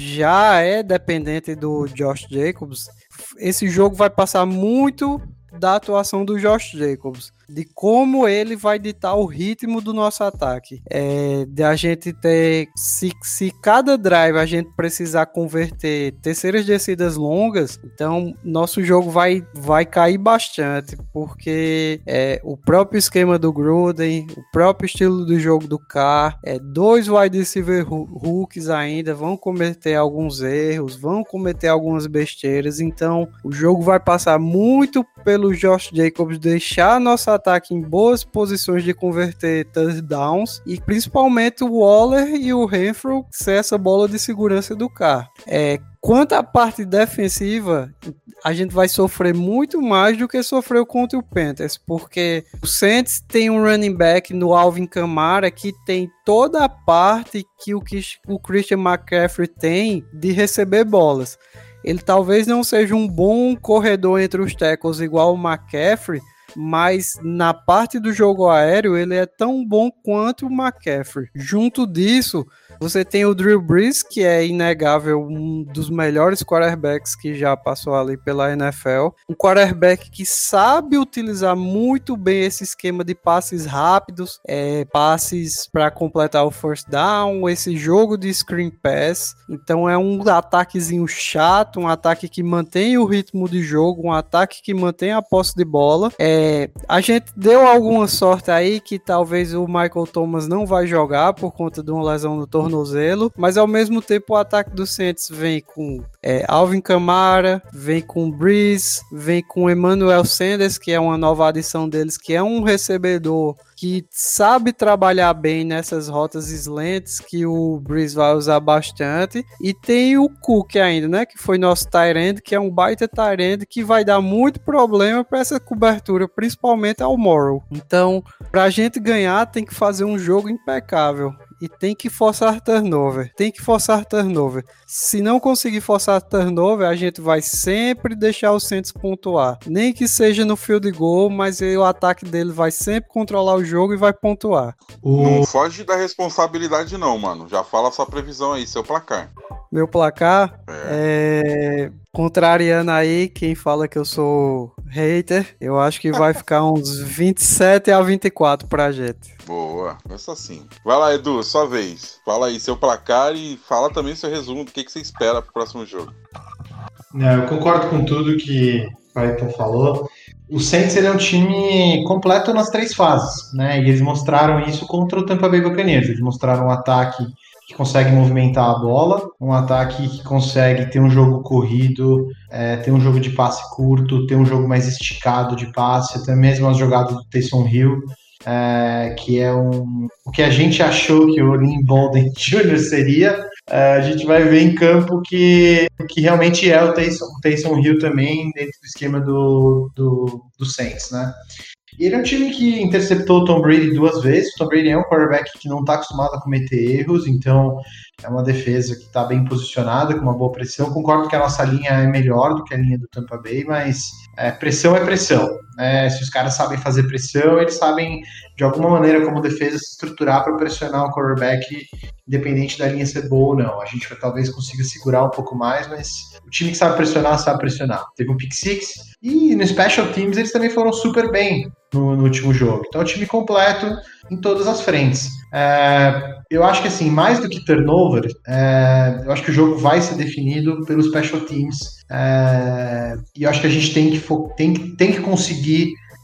já é dependente do Josh Jacobs, esse jogo vai passar muito da atuação do Josh Jacobs, de como ele vai ditar o ritmo do nosso ataque. De a gente ter, se cada drive a gente precisar converter terceiras descidas longas, então nosso jogo vai cair bastante, porque o próprio esquema do Gruden, o próprio estilo do jogo do Carr, 2 wide receiver hooks ainda vão cometer alguns erros, vão cometer algumas besteiras, então o jogo vai passar muito pelo Josh Jacobs deixar nosso ataque em boas posições de converter touchdowns e principalmente o Waller e o Renfrow ser essa bola de segurança do Carr. Quanto à parte defensiva, a gente vai sofrer muito mais do que sofreu contra o Panthers, porque o Saints tem um running back no Alvin Kamara que tem toda a parte que o Christian McCaffrey tem de receber bolas. Ele talvez não seja um bom corredor entre os tackles igual o McCaffrey, mas na parte do jogo aéreo ele é tão bom quanto o McCaffrey. Junto disso, você tem o Drew Brees, que é inegável um dos melhores quarterbacks que já passou ali pela NFL. Um quarterback que sabe utilizar muito bem esse esquema de passes rápidos, passes para completar o first down, esse jogo de screen pass. Então é um ataquezinho chato, um ataque que mantém o ritmo de jogo, um ataque que mantém a posse de bola. A gente deu alguma sorte aí que talvez o Michael Thomas não vai jogar por conta de uma lesão no tornozelo, mas ao mesmo tempo o ataque do Saints vem com Alvin Kamara, vem com Brees, vem com Emmanuel Sanders, que é uma nova adição deles, que é um recebedor que sabe trabalhar bem nessas rotas slants que o Brees vai usar bastante, e tem o Cook ainda, né, que foi nosso tight end, que é um baita tight end que vai dar muito problema para essa cobertura, principalmente ao Morrow. Então, pra gente ganhar, tem que fazer um jogo impecável. E tem que forçar turnover. Se não conseguir forçar turnover, a gente vai sempre deixar o Saints pontuar. Nem que seja no field goal, mas o ataque dele vai sempre controlar o jogo e vai pontuar. Não foge da responsabilidade não, mano. Já fala a sua previsão aí, seu placar. Meu placar? Contrariando aí quem fala que eu sou hater, eu acho que vai ficar uns 27-24 pra gente. Boa, essa sim. Vai lá, Edu, sua vez. Fala aí seu placar e fala também seu resumo do que você espera pro próximo jogo. Eu concordo com tudo que o Ayrton falou. O Saints é um time completo nas 3 fases, né? E eles mostraram isso contra o Tampa Bay Buccaneers. Eles mostraram um ataque que consegue movimentar a bola, um ataque que consegue ter um jogo corrido, ter um jogo de passe curto, ter um jogo mais esticado de passe, até mesmo as jogadas do Taysom Hill, que é o que a gente achou que o Lynn Bowden Jr. seria. A gente vai ver em campo que realmente é o Taysom Hill também dentro do esquema do Saints, né? E ele é um time que interceptou o Tom Brady 2 vezes. O Tom Brady é um quarterback que não está acostumado a cometer erros, então é uma defesa que está bem posicionada, com uma boa pressão. Concordo que a nossa linha é melhor do que a linha do Tampa Bay, mas pressão é pressão. Se os caras sabem fazer pressão, eles sabem, de alguma maneira, como defesa, se estruturar para pressionar o quarterback, independente da linha ser boa ou não. A gente talvez consiga segurar um pouco mais, mas o time que sabe pressionar. Teve um pick six, e no Special Teams eles também foram super bem no último jogo. Então, é um time completo em todas as frentes. Eu acho que, assim, mais do que turnover, eu acho que o jogo vai ser definido pelos Special Teams. E eu acho que a gente tem que conseguir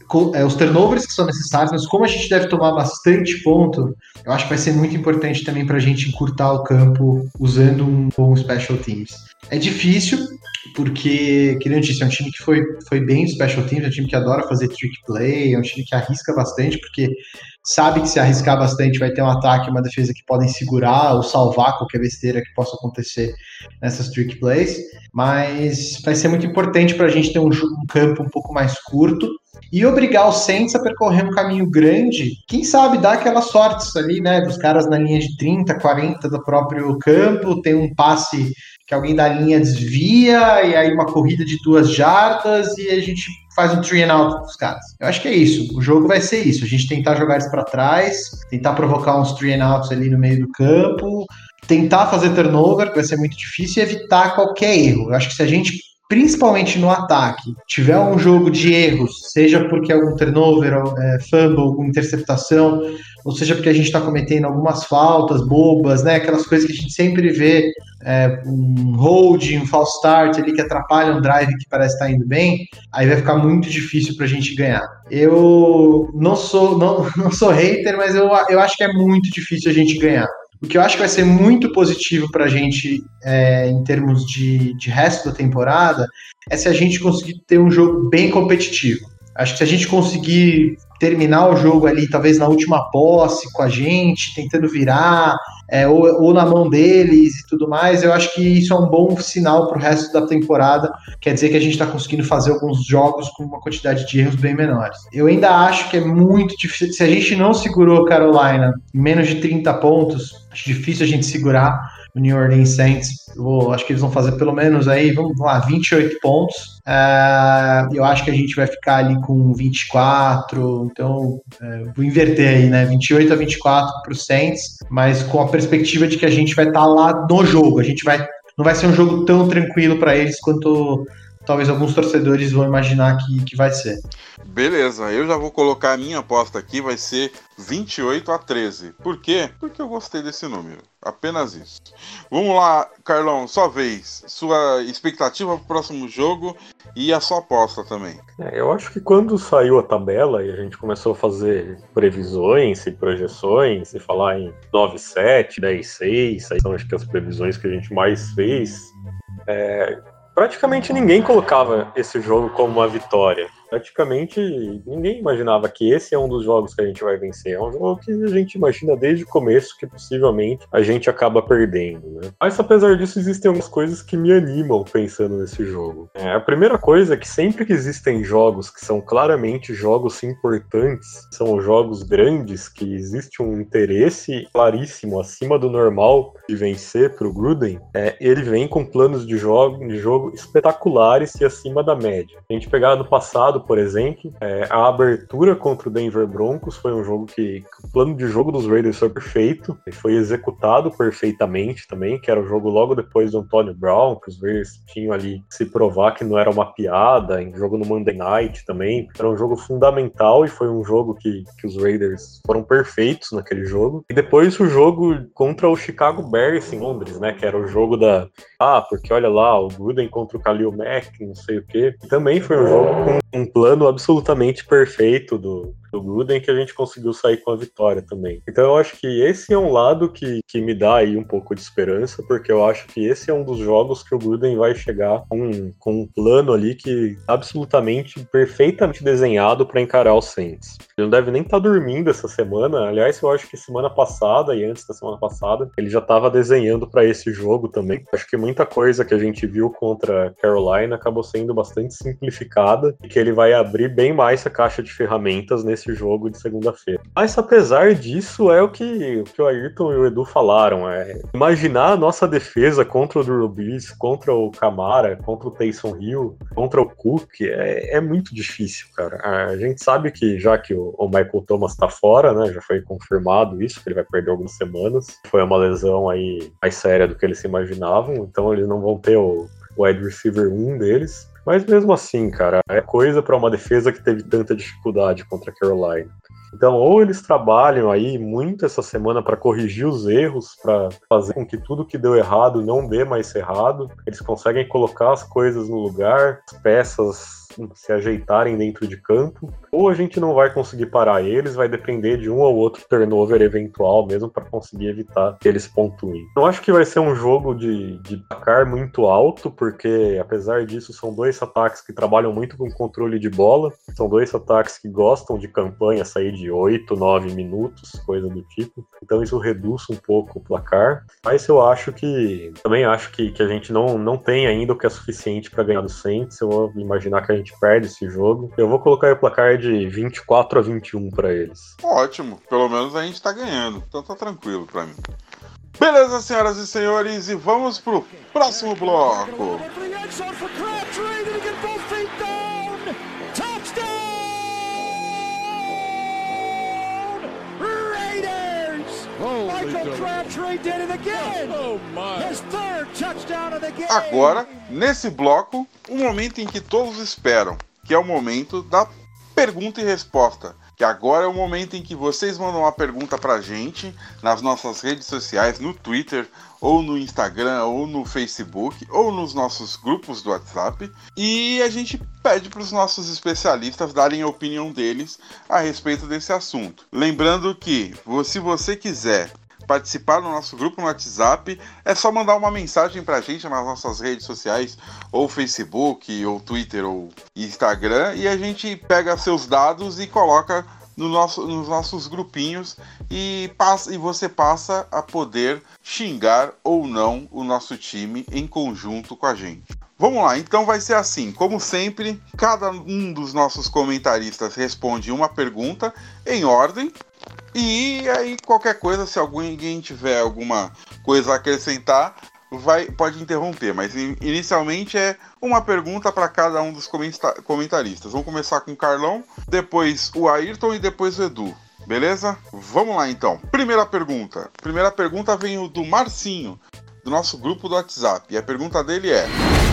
os turnovers que são necessários, mas como a gente deve tomar bastante ponto, eu acho que vai ser muito importante também para a gente encurtar o campo usando um bom special teams. É difícil, porque, que nem eu disse, é um time que foi bem no special teams, é um time que adora fazer trick play, é um time que arrisca bastante, porque sabe que se arriscar bastante vai ter um ataque e uma defesa que podem segurar ou salvar qualquer besteira que possa acontecer nessas trick plays, mas vai ser muito importante para a gente ter um campo um pouco mais curto e obrigar os Saints a percorrer um caminho grande, quem sabe dar aquelas sortes ali, né, dos caras na linha de 30, 40 do próprio campo, tem um passe que alguém da linha desvia, e aí uma corrida de 2 jardas, e a gente faz um 3 and out dos caras. Eu acho que é isso, o jogo vai ser isso, a gente tentar jogar eles para trás, tentar provocar uns 3 and outs ali no meio do campo, tentar fazer turnover, que vai ser muito difícil, e evitar qualquer erro. Eu acho que se a gente, principalmente no ataque, tiver um jogo de erros, seja porque algum turnover, fumble, alguma interceptação, ou seja porque a gente está cometendo algumas faltas bobas, né? Aquelas coisas que a gente sempre vê, um hold, um false start ali que atrapalha um drive que parece estar indo bem, aí vai ficar muito difícil para a gente ganhar. Eu não sou hater, mas eu acho que é muito difícil a gente ganhar. O que eu acho que vai ser muito positivo para a gente em termos de resto da temporada é se a gente conseguir ter um jogo bem competitivo. Acho que se a gente conseguir terminar o jogo ali, talvez na última posse com a gente, tentando virar, ou na mão deles e tudo mais, eu acho que isso é um bom sinal para o resto da temporada. Quer dizer que a gente está conseguindo fazer alguns jogos com uma quantidade de erros bem menores. Eu ainda acho que é muito difícil. Se a gente não segurou Carolina em menos de 30 pontos, acho difícil a gente segurar o New Orleans Saints. Acho que eles vão fazer pelo menos aí, vamos lá, 28 pontos. Eu acho que a gente vai ficar ali com 24, então vou inverter aí, né? 28 a 24 para o Saints, mas com a perspectiva de que a gente vai estar lá no jogo. Não vai ser um jogo tão tranquilo para eles quanto talvez alguns torcedores vão imaginar que vai ser. Beleza, eu já vou colocar a minha aposta aqui, vai ser 28 a 13. Por quê? Porque eu gostei desse número. Apenas isso. Vamos lá, Carlão, sua vez. Sua expectativa para o próximo jogo e a sua aposta também. Eu acho que quando saiu a tabela e a gente começou a fazer previsões e projeções e falar em 9-7, 10-6, aí são acho que as previsões que a gente mais fez, praticamente ninguém colocava esse jogo como uma vitória. Praticamente ninguém imaginava que esse é um dos jogos que a gente vai vencer. É um jogo que a gente imagina desde o começo que possivelmente a gente acaba perdendo, né? Mas apesar disso, existem algumas coisas que me animam pensando nesse jogo. A primeira coisa é que sempre que existem jogos que são claramente jogos importantes, são jogos grandes, que existe um interesse claríssimo acima do normal de vencer para o Gruden, ele vem com planos de jogo espetaculares e acima da média. A gente pegar no passado, por exemplo, a abertura contra o Denver Broncos foi um jogo que o plano de jogo dos Raiders foi perfeito, e foi executado perfeitamente também, que era o jogo logo depois do Antonio Brown, que os Raiders tinham ali que se provar que não era uma piada, em jogo no Monday Night também, era um jogo fundamental e foi um jogo que os Raiders foram perfeitos naquele jogo. E depois o jogo contra o Chicago Bears em Londres, né, que era o jogo porque olha lá, o Gruden contra o Khalil Mack, não sei o quê, e também foi um jogo com um plano absolutamente perfeito do Gruden, que a gente conseguiu sair com a vitória também. Então eu acho que esse é um lado que me dá aí um pouco de esperança, porque eu acho que esse é um dos jogos que o Gruden vai chegar com um plano ali que absolutamente, perfeitamente desenhado para encarar os Saints. Ele não deve nem estar dormindo essa semana. Aliás, eu acho que semana passada e antes da semana passada, ele já estava desenhando para esse jogo também. Acho que muita coisa que a gente viu contra Carolina acabou sendo bastante simplificada e que ele vai abrir bem mais a caixa de ferramentas nesse jogo de segunda-feira. Mas apesar disso, é o que o Ayrton e o Edu falaram, imaginar a nossa defesa contra o Drew Brees, contra o Kamara, contra o Taysom Hill, contra o Cook, é muito difícil, cara. A gente sabe que já que o Michael Thomas tá fora, né, já foi confirmado isso, que ele vai perder algumas semanas, foi uma lesão aí mais séria do que eles se imaginavam, então eles não vão ter o wide receiver 1 deles. Mas mesmo assim, cara, é coisa para uma defesa que teve tanta dificuldade contra a Carolina. Então, ou eles trabalham aí muito essa semana para corrigir os erros, para fazer com que tudo que deu errado não dê mais errado. Eles conseguem colocar as coisas no lugar, as peças se ajeitarem dentro de campo, ou a gente não vai conseguir parar eles, vai depender de um ou outro turnover eventual mesmo para conseguir evitar que eles pontuem. Eu acho que vai ser um jogo de placar muito alto, porque apesar disso são dois ataques que trabalham muito com controle de bola, são dois ataques que gostam de campanha sair de 8, 9 minutos, coisa do tipo, então isso reduz um pouco o placar, mas eu acho que, também acho que a gente não tem ainda o que é suficiente para ganhar do Saints. Eu vou imaginar que a gente perde esse jogo. Eu vou colocar o placar de 24-21 para eles. Ótimo, pelo menos a gente tá ganhando, então tá tranquilo pra mim. Beleza, senhoras e senhores, e vamos pro próximo bloco. Agora, nesse bloco, um momento em que todos esperam, que é o momento da pergunta e resposta. Que agora é o momento em que vocês mandam uma pergunta pra gente nas nossas redes sociais, no Twitter, ou no Instagram, ou no Facebook, ou nos nossos grupos do WhatsApp, e a gente pede para os nossos especialistas darem a opinião deles a respeito desse assunto. Lembrando que, se você quiser participar do nosso grupo no WhatsApp, é só mandar uma mensagem pra gente nas nossas redes sociais, ou Facebook, ou Twitter, ou Instagram, e a gente pega seus dados e coloca nos nossos grupinhos e você passa a poder xingar ou não o nosso time em conjunto com a gente. Vamos lá, então vai ser assim, como sempre, cada um dos nossos comentaristas responde uma pergunta em ordem. E aí, qualquer coisa, se alguém tiver alguma coisa a acrescentar, pode interromper. Mas inicialmente é uma pergunta para cada um dos comentaristas. Vamos começar com o Carlão, depois o Ayrton e depois o Edu. Beleza? Vamos lá então. Primeira pergunta. Primeira pergunta vem do Marcinho, do nosso grupo do WhatsApp. E a pergunta dele é: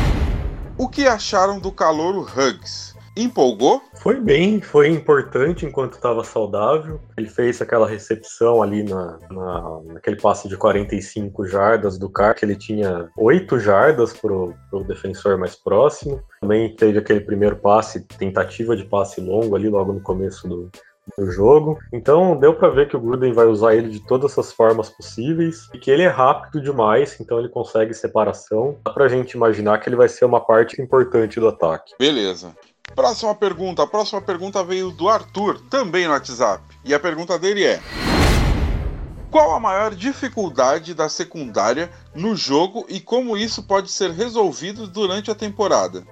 o que acharam do calouro Huggs? Empolgou? Foi bem, foi importante enquanto estava saudável. Ele fez aquela recepção ali naquele passe de 45 jardas do cara, que ele tinha 8 jardas pro defensor mais próximo. Também teve aquele primeiro passe, tentativa de passe longo ali logo no começo do jogo. Então deu para ver que o Gruden vai usar ele de todas as formas possíveis e que ele é rápido demais, então ele consegue separação. Dá pra gente imaginar que ele vai ser uma parte importante do ataque. Beleza. Próxima pergunta. A próxima pergunta veio do Arthur, também no WhatsApp. E a pergunta dele é: qual a maior dificuldade da secundária no jogo e como isso pode ser resolvido durante a temporada?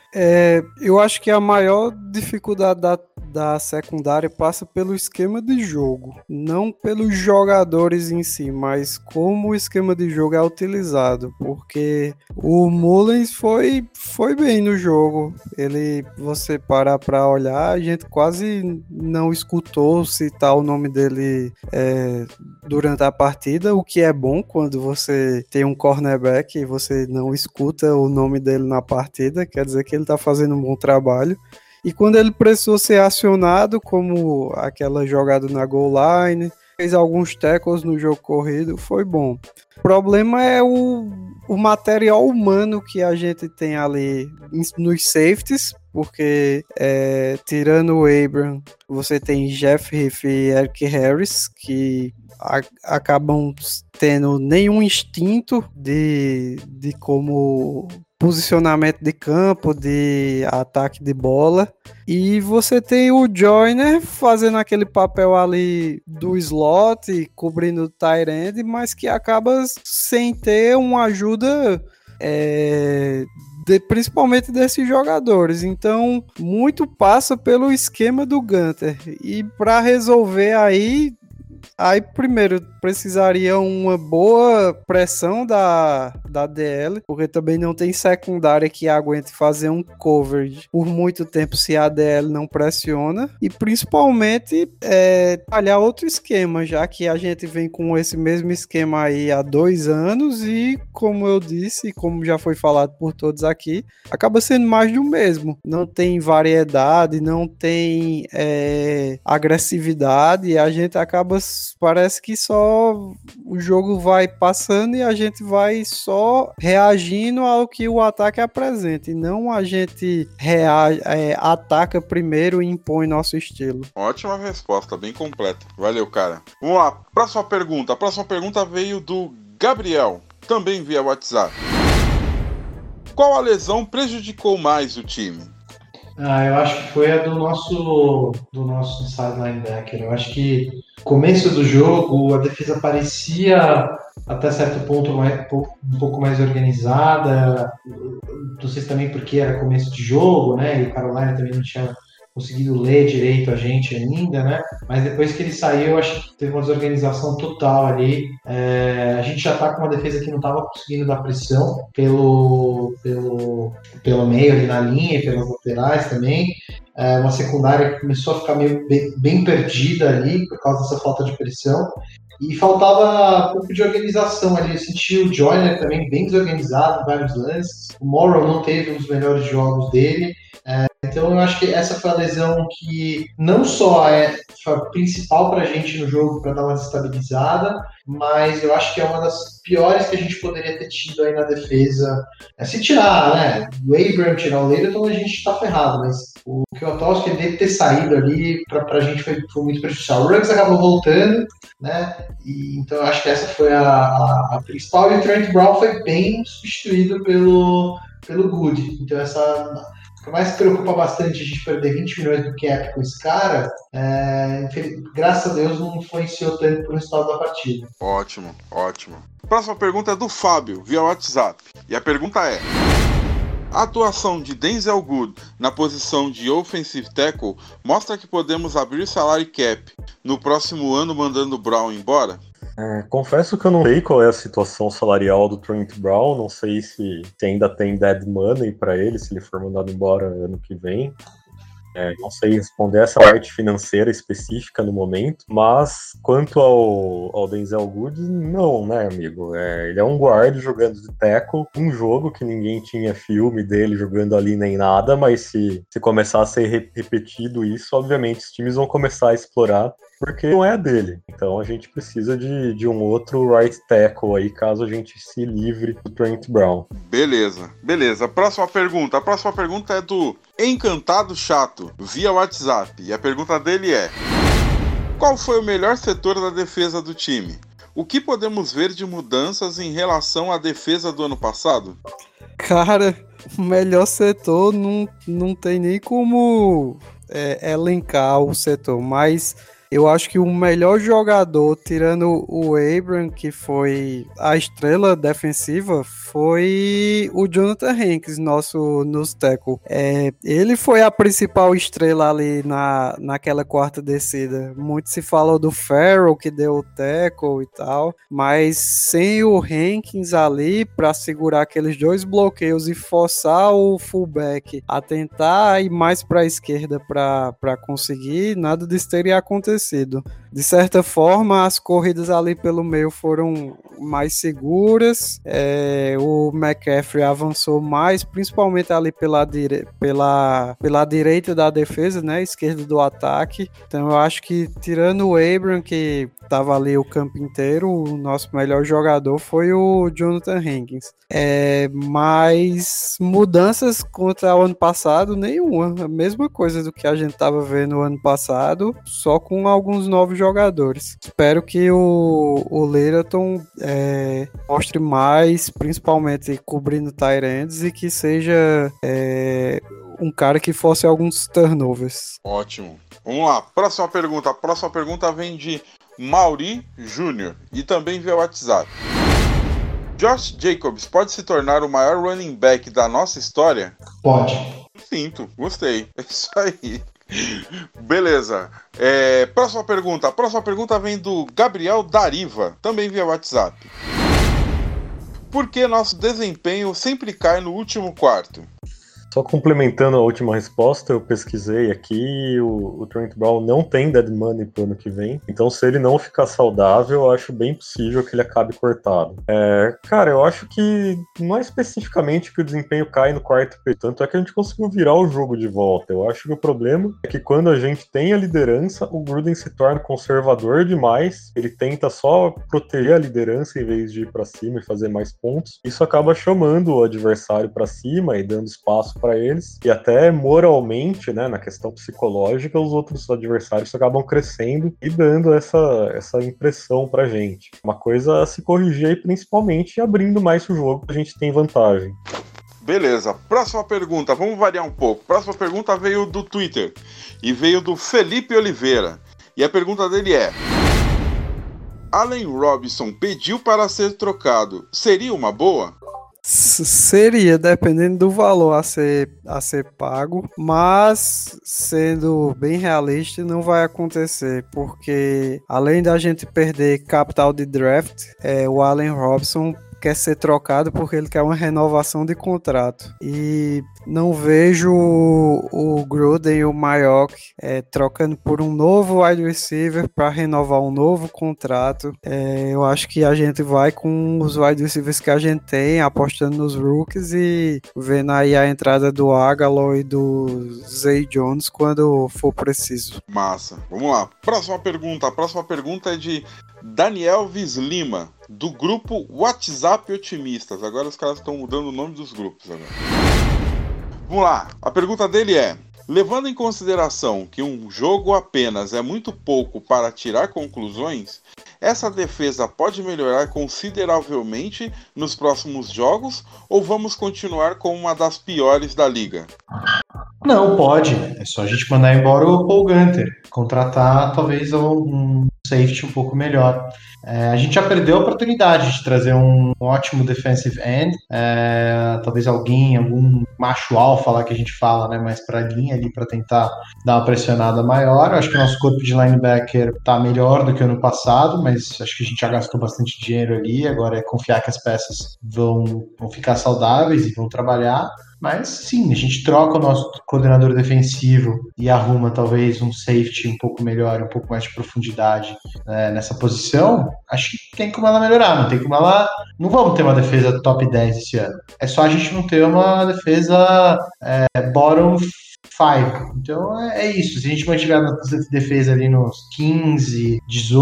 Eu acho que a maior dificuldade da secundária passa pelo esquema de jogo, não pelos jogadores em si, mas como o esquema de jogo é utilizado, porque o Mullens foi bem no jogo. Você parar para olhar, a gente quase não escutou citar o nome dele durante a partida, o que é bom quando você tem um cornerback e você não escuta o nome dele na partida, quer dizer que ele está fazendo um bom trabalho. E quando ele precisou ser acionado, como aquela jogada na goal line, fez alguns tackles no jogo corrido, foi bom. O problema é o material humano que a gente tem ali nos safeties, porque tirando o Abram, você tem Jeff Heath e Eric Harris, que acabam tendo nenhum instinto de como posicionamento de campo, de ataque de bola, e você tem o Joyner fazendo aquele papel ali do slot, cobrindo o tight end, mas que acaba sem ter uma ajuda principalmente desses jogadores. Então muito passa pelo esquema do Gunter, e para resolver aí primeiro precisaria uma boa pressão da DL, porque também não tem secundária que aguente fazer um coverage por muito tempo se a DL não pressiona, e principalmente trabalhar outro esquema, já que a gente vem com esse mesmo esquema aí há 2 anos e, como eu disse, como já foi falado por todos aqui, acaba sendo mais do mesmo. Não tem variedade, não tem agressividade, e a gente acaba, parece que só o jogo vai passando e a gente vai só reagindo ao que o ataque apresenta, e não a gente ataca primeiro e impõe nosso estilo. Ótima resposta, bem completa. Valeu, cara. Vamos lá, próxima pergunta. A próxima pergunta veio do Gabriel, também via WhatsApp. Qual a lesão prejudicou mais o time? Eu acho que foi a do nosso inside linebacker. Eu acho que no começo do jogo a defesa parecia até certo ponto um pouco mais organizada. Não sei se também porque era começo de jogo, né? E o Carolina também não tinha conseguido ler direito a gente ainda, né? Mas depois que ele saiu, eu acho que teve uma desorganização total ali. A gente já tá com uma defesa que não estava conseguindo dar pressão pelo meio ali na linha e pelas laterais também. Uma secundária que começou a ficar meio bem perdida ali por causa dessa falta de pressão. E faltava um pouco de organização ali. Eu senti o Joyner também bem desorganizado em vários lances. O Morrow não teve um dos melhores jogos dele. Então eu acho que essa foi a lesão que não só foi a principal pra gente no jogo para dar uma desestabilizada, mas eu acho que é uma das piores que a gente poderia ter tido aí na defesa. Se tirar, né, o Abram, tirar o Leighton, a gente tá ferrado, mas o Kwiatkowski deve ter saído ali pra gente foi muito prejudicial. O Ruggs acabou voltando, né, e então eu acho que essa foi a principal, e o Trent Brown foi bem substituído pelo Good. Então por mais que preocupa bastante a gente perder 20 milhões do cap com esse cara, graças a Deus não influenciou tanto pro resultado da partida. Ótimo, ótimo. Próxima pergunta é do Fábio, via WhatsApp. E a pergunta é: a atuação de Denzelle Good na posição de offensive tackle mostra que podemos abrir salary cap no próximo ano mandando o Brown embora? Confesso que eu não sei qual é a situação salarial do Trent Brown, não sei se ainda tem dead money para ele, se ele for mandado embora ano que vem. Não sei responder essa parte financeira específica no momento, mas quanto ao Denzelle Good, não, né, amigo? Ele é um guard jogando de tackle, um jogo que ninguém tinha filme dele jogando ali nem nada, mas se começar a ser repetido isso, obviamente os times vão começar a explorar, porque não é a dele. Então a gente precisa de um outro right tackle aí, caso a gente se livre do Trent Brown. Beleza. Próxima pergunta. A próxima pergunta é do Encantado Chato, via WhatsApp. E a pergunta dele é: qual foi o melhor setor da defesa do time? O que podemos ver de mudanças em relação à defesa do ano passado? Cara, o melhor setor não tem nem como elencar o setor, mas eu acho que o melhor jogador, tirando o Abram, que foi a estrela defensiva, foi o Jonathan Hankins, nosso tackle. Ele foi a principal estrela ali naquela quarta descida. Muito se falou do Farrell, que deu o tackle e tal, mas sem o Hankins ali para segurar aqueles dois bloqueios e forçar o fullback a tentar ir mais para a esquerda para conseguir, nada disso teria acontecido. De certa forma, as corridas ali pelo meio foram mais seguras, o McCaffrey avançou mais, principalmente ali pela direita da defesa, né, esquerda do ataque. Então eu acho que, tirando o Abram, que estava ali o campo inteiro, o nosso melhor jogador foi o Jonathan Hankins. Mas mudanças contra o ano passado, nenhuma. A mesma coisa do que a gente estava vendo no ano passado, só com alguns novos jogadores. Espero que o Leighton mostre mais, principalmente cobrindo tight ends, e que seja um cara que force alguns turnovers. Ótimo. Vamos lá, próxima pergunta. A próxima pergunta vem de Mauri Júnior e também via WhatsApp. Josh Jacobs pode se tornar o maior running back da nossa história? Pode. Sinto, gostei. É isso aí. Beleza. Próxima pergunta. A próxima pergunta vem do Gabriel Dariva, também via WhatsApp. Por que nosso desempenho sempre cai no último quarto? Só complementando a última resposta, eu pesquisei aqui e o Trent Brown não tem dead money pro ano que vem. Então, se ele não ficar saudável, eu acho bem possível que ele acabe cortado. Cara, eu acho que não é especificamente que o desempenho cai no quarto período, tanto é que a gente conseguiu virar o jogo de volta. Eu acho que o problema é que quando a gente tem a liderança, o Gruden se torna conservador demais, ele tenta só proteger a liderança em vez de ir pra cima e fazer mais pontos. Isso acaba chamando o adversário pra cima e dando espaço para eles, e até moralmente, né, na questão psicológica, os outros adversários acabam crescendo e dando essa impressão pra gente. Uma coisa a se corrigir aí, principalmente abrindo mais o jogo, a gente tem vantagem. Beleza, próxima pergunta, vamos variar um pouco. Próxima pergunta veio do Twitter e veio do Felipe Oliveira. E a pergunta dele é: Allen Robinson pediu para ser trocado, seria uma boa? Seria, dependendo do valor a ser pago, mas sendo bem realista, não vai acontecer, porque além da gente perder capital de draft, o Allen Robinson quer ser trocado porque ele quer uma renovação de contrato. E não vejo o Gruden e o Mayock trocando por um novo wide receiver para renovar um novo contrato. Eu acho que a gente vai com os wide receivers que a gente tem, apostando nos rookies e vendo aí a entrada do Agholor e do Zay Jones quando for preciso. Massa. Vamos lá. Próxima pergunta. A próxima pergunta é de Daniel Vislima, do grupo WhatsApp Otimistas. Agora os caras estão mudando o nome dos grupos agora. Vamos lá. A pergunta dele é: levando em consideração que um jogo apenas é muito pouco para tirar conclusões, essa defesa pode melhorar consideravelmente nos próximos jogos ou vamos continuar com uma das piores da liga? Não, pode. É só a gente mandar embora o Paul Gunter, contratar talvez um safety um pouco melhor. A gente já perdeu a oportunidade de trazer um ótimo defensive end, talvez algum macho alfa lá que a gente fala, né, mais pra linha ali para tentar dar uma pressionada maior. Eu acho que o nosso corpo de linebacker tá melhor do que o ano passado, mas acho que a gente já gastou bastante dinheiro ali, agora é confiar que as peças vão ficar saudáveis e vão trabalhar. Mas sim, a gente troca o nosso coordenador defensivo e arruma talvez um safety um pouco melhor, um pouco mais de profundidade nessa posição. Acho que tem como ela melhorar, não tem como ela... Não vamos ter uma defesa top 10 esse ano. É só a gente não ter uma defesa bottom 5. Então é isso. Se a gente mantiver a defesa ali nos 15,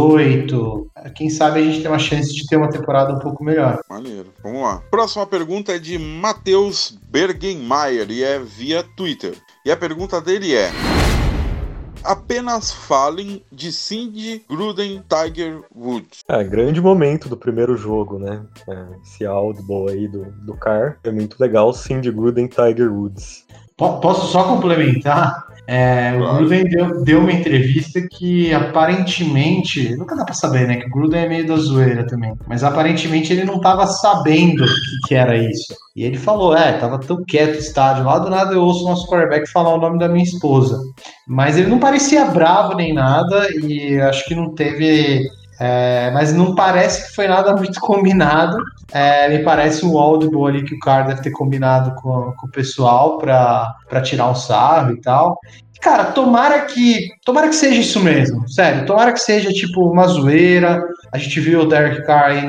18, quem sabe a gente tem uma chance de ter uma temporada um pouco melhor. Maneiro. Vamos lá. Próxima pergunta é de Matheus Bergenmaier e é via Twitter. E a pergunta dele é: apenas falem de Cindy Gruden Tiger Woods. Grande momento do primeiro jogo, né? Esse audible aí do Carr é muito legal. Cindy Gruden Tiger Woods. Posso só complementar? O Gruden deu uma entrevista que aparentemente, nunca dá pra saber, né? Que o Gruden é meio da zoeira também. Mas aparentemente ele não tava sabendo o que era isso. E ele falou, tava tão quieto o estádio. Lá do nada eu ouço o nosso quarterback falar o nome da minha esposa. Mas ele não parecia bravo nem nada e acho que não teve... mas não parece que foi nada muito combinado. Me parece um audible ali que o Carr deve ter combinado com o pessoal pra tirar um sarro e tal. Cara, tomara que seja isso mesmo, sério, tomara que seja tipo uma zoeira. A gente viu o Derek Carr aí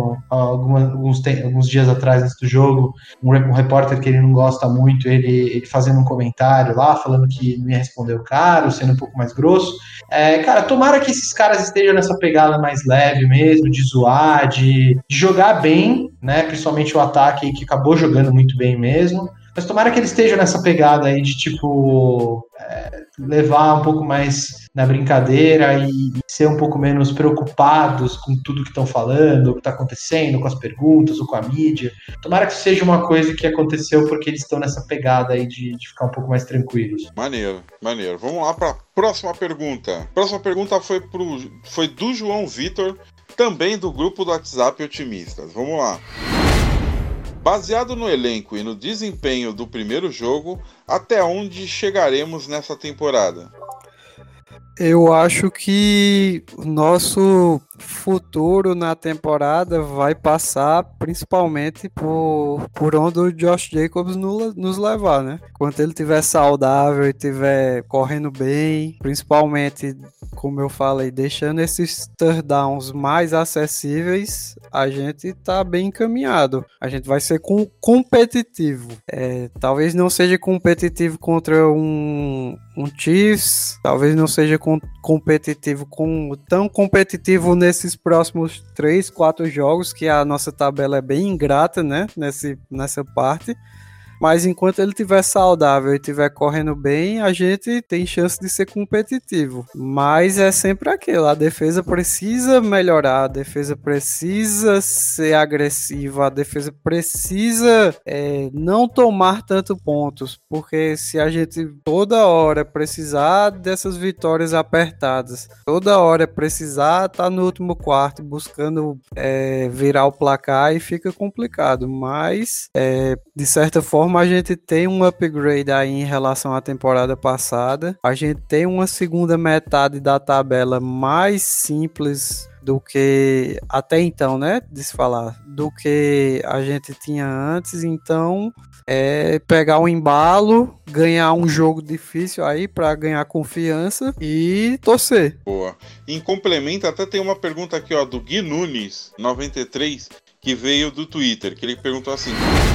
alguns dias atrás antes do jogo, um repórter que ele não gosta muito, ele fazendo um comentário lá, falando que não ia responder o cara, sendo um pouco mais grosso. Cara, tomara que esses caras estejam nessa pegada mais leve mesmo, de zoar, de jogar bem, né, principalmente o ataque que acabou jogando muito bem mesmo. Mas tomara que eles estejam nessa pegada aí de, tipo, levar um pouco mais na brincadeira e ser um pouco menos preocupados com tudo que estão falando, o que está acontecendo, com as perguntas ou com a mídia. Tomara que seja uma coisa que aconteceu porque eles estão nessa pegada aí de ficar um pouco mais tranquilos. Maneiro. Vamos lá para a próxima pergunta. A próxima pergunta foi do João Vitor, também do grupo do WhatsApp Otimistas. Vamos lá. Baseado no elenco e no desempenho do primeiro jogo, até onde chegaremos nessa temporada? Eu acho que o nosso futuro na temporada vai passar principalmente por onde o Josh Jacobs nos levar, né? Enquanto ele estiver saudável e estiver correndo bem, principalmente, como eu falei, deixando esses third downs mais acessíveis, a gente tá bem encaminhado. A gente vai ser competitivo. Talvez não seja competitivo contra um Chiefs, talvez não seja tão competitivo nesses próximos 3, 4 jogos, que a nossa tabela é bem ingrata, né, nessa parte. Mas enquanto ele estiver saudável e estiver correndo bem, a gente tem chance de ser competitivo. Mas é sempre aquilo, a defesa precisa melhorar, a defesa precisa ser agressiva, a defesa precisa não tomar tanto pontos, porque se a gente toda hora precisar dessas vitórias apertadas, toda hora precisar estar no último quarto buscando virar o placar, e fica complicado. Mas, de certa forma, a gente tem um upgrade aí em relação à temporada passada. A gente tem uma segunda metade da tabela mais simples do que até então, né? De se falar, do que a gente tinha antes. Então, pegar um embalo, ganhar um jogo difícil aí para ganhar confiança e torcer. Boa. Em complemento, até tem uma pergunta aqui, ó, do Gui Nunes, 93, que veio do Twitter, que ele perguntou assim: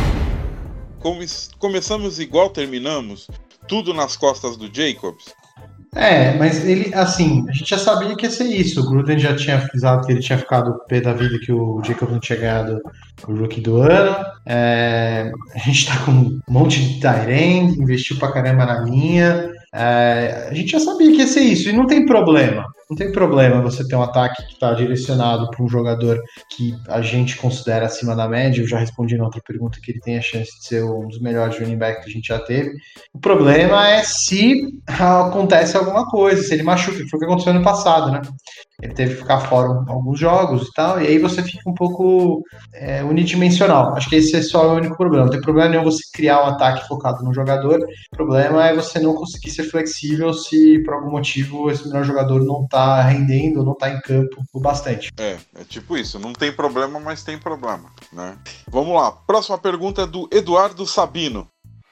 começamos igual terminamos? Tudo nas costas do Jacobs? Mas ele, assim, a gente já sabia que ia ser isso. O Gruden já tinha avisado que ele tinha ficado pé da vida, que o Jacobs não tinha ganhado o Rookie do ano. A gente tá com um monte de tight end, investiu pra caramba na linha. A gente já sabia que ia ser isso, e não tem problema. Não tem problema você ter um ataque que está direcionado para um jogador que a gente considera acima da média. Eu já respondi na outra pergunta que ele tem a chance de ser um dos melhores running backs que a gente já teve. O problema é se acontece alguma coisa, se ele machuca, que foi o que aconteceu ano passado, né? Ele teve que ficar fora alguns jogos e tal, e aí você fica um pouco unidimensional. Acho que esse é só o único problema. Não tem problema nenhum você criar um ataque focado no jogador. O problema é você não conseguir ser flexível se por algum motivo esse melhor jogador não tá rendendo, não tá em campo o bastante. É tipo isso, não tem problema, mas tem problema, né? Vamos lá, próxima pergunta é do Eduardo Sabino.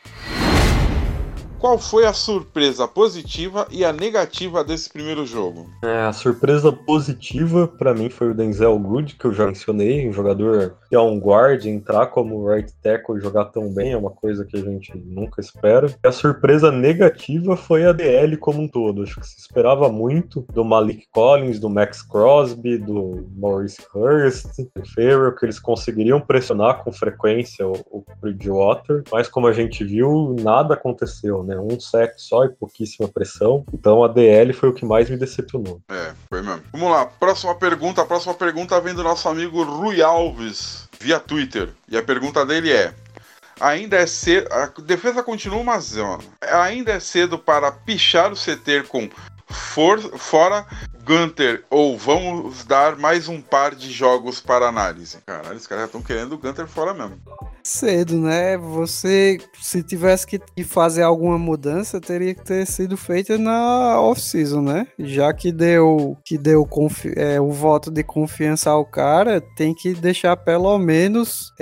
Qual foi a surpresa positiva e a negativa desse primeiro jogo? A surpresa positiva pra mim foi o Denzel Good, que eu já mencionei, um jogador que é um guard, entrar como right tackle e jogar tão bem é uma coisa que a gente nunca espera. E a surpresa negativa foi a DL como um todo. Acho que se esperava muito do Malik Collins, do Max Crosby, do Maurice Hurst, do Farrell, que eles conseguiriam pressionar com frequência o Bridgewater, mas como a gente viu, nada aconteceu, né? Um sack só e pouquíssima pressão. Então a DL foi o que mais me decepcionou. Foi mesmo. Vamos lá, próxima pergunta. A próxima pergunta vem do nosso amigo Rui Alves, via Twitter. E a pergunta dele é: ainda é cedo. A defesa continua uma zona. Ainda é cedo para pichar o CT com fora Gunter, ou vamos dar mais um par de jogos para análise? Caralho, os caras já estão querendo o Gunter fora mesmo. Cedo, né? Você, se tivesse que fazer alguma mudança, teria que ter sido feita na off-season, né? Já que deu o voto de confiança ao cara, tem que deixar pelo menos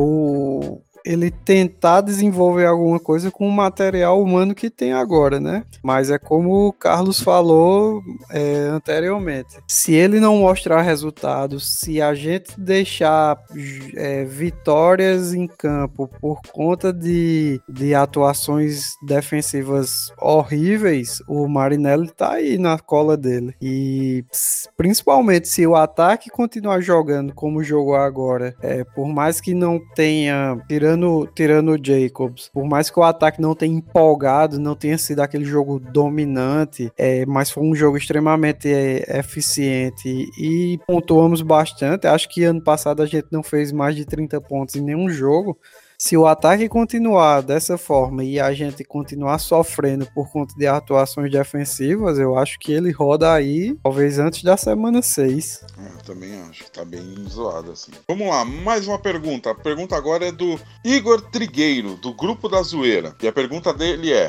ele tentar desenvolver alguma coisa com o material humano que tem agora, né? Mas é como o Carlos falou anteriormente. Se ele não mostrar resultados, se a gente deixar vitórias em campo por conta de atuações defensivas horríveis, o Marinelli tá aí na cola dele. E principalmente se o ataque continuar jogando como jogou agora, por mais que não tenha, tirando o Jacobs, por mais que o ataque não tenha empolgado, não tenha sido aquele jogo dominante, mas foi um jogo extremamente eficiente e pontuamos bastante. Acho que ano passado a gente não fez mais de 30 pontos em nenhum jogo. Se o ataque continuar dessa forma e a gente continuar sofrendo por conta de atuações defensivas, eu acho que ele roda aí, talvez antes da semana 6. Eu também acho que tá bem zoado assim. Vamos lá, mais uma pergunta. A pergunta agora é do Igor Trigueiro, do Grupo da Zoeira. E a pergunta dele é: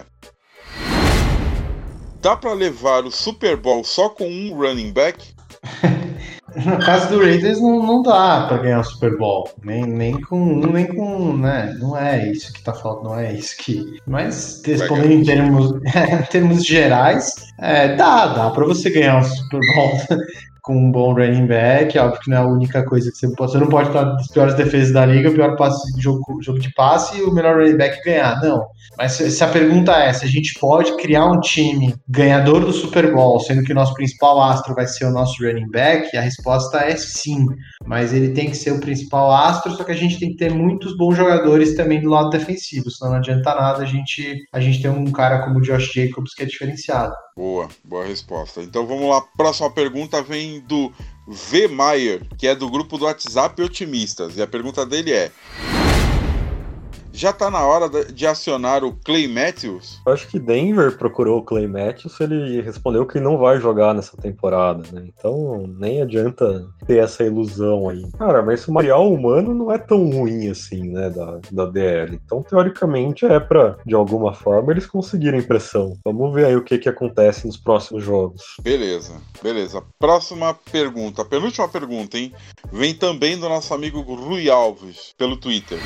dá pra levar o Super Bowl só com um running back? No caso do Raiders não dá pra ganhar o Super Bowl. Nem com um, nem com um, né? Não é isso que tá falando, não é isso que. Mas respondendo em termos gerais, dá pra você ganhar o Super Bowl com um bom running back. Óbvio que não é a única coisa que você não pode estar das piores defesas da liga, o pior jogo de passe e o melhor running back ganhar. Não. Mas se a pergunta é se a gente pode criar um time ganhador do Super Bowl, sendo que o nosso principal astro vai ser o nosso running back, a resposta é sim. Mas ele tem que ser o principal astro, só que a gente tem que ter muitos bons jogadores também do lado defensivo, senão não adianta nada a gente ter um cara como o Josh Jacobs que é diferenciado. Boa resposta. Então vamos lá, próxima pergunta vem do V. Maier, que é do grupo do WhatsApp Otimistas, e a pergunta dele é: já tá na hora de acionar o Clay Matthews? Eu acho que Denver procurou o Clay Matthews, ele respondeu que não vai jogar nessa temporada, né? Então nem adianta ter essa ilusão aí. Cara, mas o material humano não é tão ruim assim, né, da DL. Então, teoricamente, é pra, de alguma forma, eles conseguirem pressão. Vamos ver aí o que acontece nos próximos jogos. Beleza. Próxima pergunta, a penúltima pergunta, hein? Vem também do nosso amigo Rui Alves, pelo Twitter.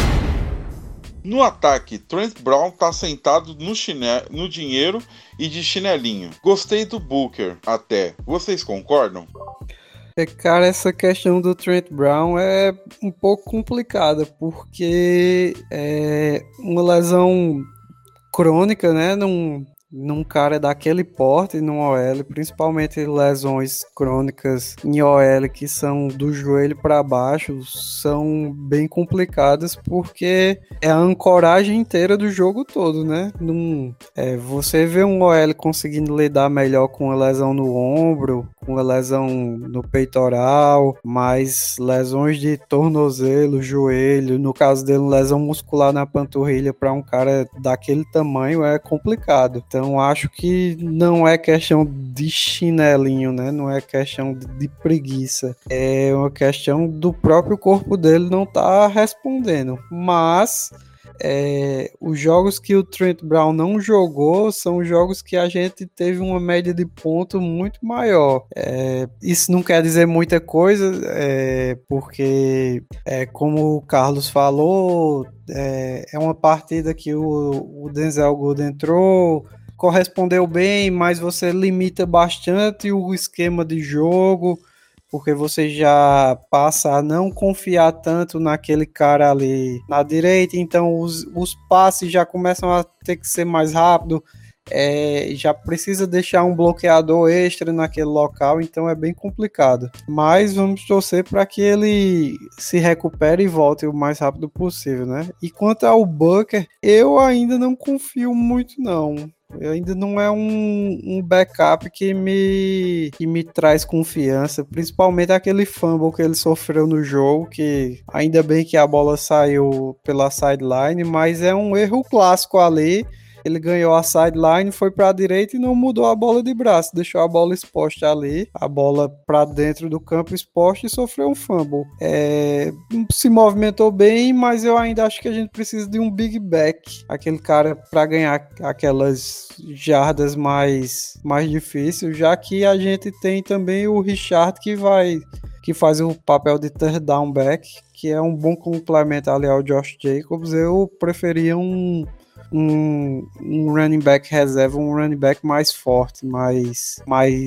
No ataque, Trent Brown tá sentado no dinheiro e de chinelinho. Gostei do Booker, até. Vocês concordam? Cara, essa questão do Trent Brown é um pouco complicada, porque é uma lesão crônica, né? Num cara daquele porte no OL, principalmente lesões crônicas em OL que são do joelho para baixo, são bem complicadas porque é a ancoragem inteira do jogo todo, né? Você vê um OL conseguindo lidar melhor com a lesão no ombro, com a lesão no peitoral, mas lesões de tornozelo, joelho, no caso dele, lesão muscular na panturrilha para um cara daquele tamanho é complicado. Então, acho que não é questão de chinelinho, né? Não é questão de preguiça. É uma questão do próprio corpo dele não estar respondendo. Mas os jogos que o Trent Brown não jogou são jogos que a gente teve uma média de ponto muito maior. Isso não quer dizer muita coisa, porque, como o Carlos falou, é uma partida que o Denzel Good entrou, correspondeu bem, mas você limita bastante o esquema de jogo, porque você já passa a não confiar tanto naquele cara ali na direita, então os passes já começam a ter que ser mais rápido, já precisa deixar um bloqueador extra naquele local, então é bem complicado. Mas vamos torcer para que ele se recupere e volte o mais rápido possível, né? E quanto ao Booker, eu ainda não confio muito não. Ainda não é um backup que me traz confiança, principalmente aquele fumble que ele sofreu no jogo, que ainda bem que a bola saiu pela sideline, mas é um erro clássico ali. Ele ganhou a sideline, foi para a direita e não mudou a bola de braço, deixou a bola exposta ali, a bola para dentro do campo exposta e sofreu um fumble. Se movimentou bem, mas eu ainda acho que a gente precisa de um big back, aquele cara para ganhar aquelas jardas mais difíceis, já que a gente tem também o Richard que faz o papel de third down back, que é um bom complemento ali ao Josh Jacobs. Eu preferia um running back reserva, um running back mais forte, mais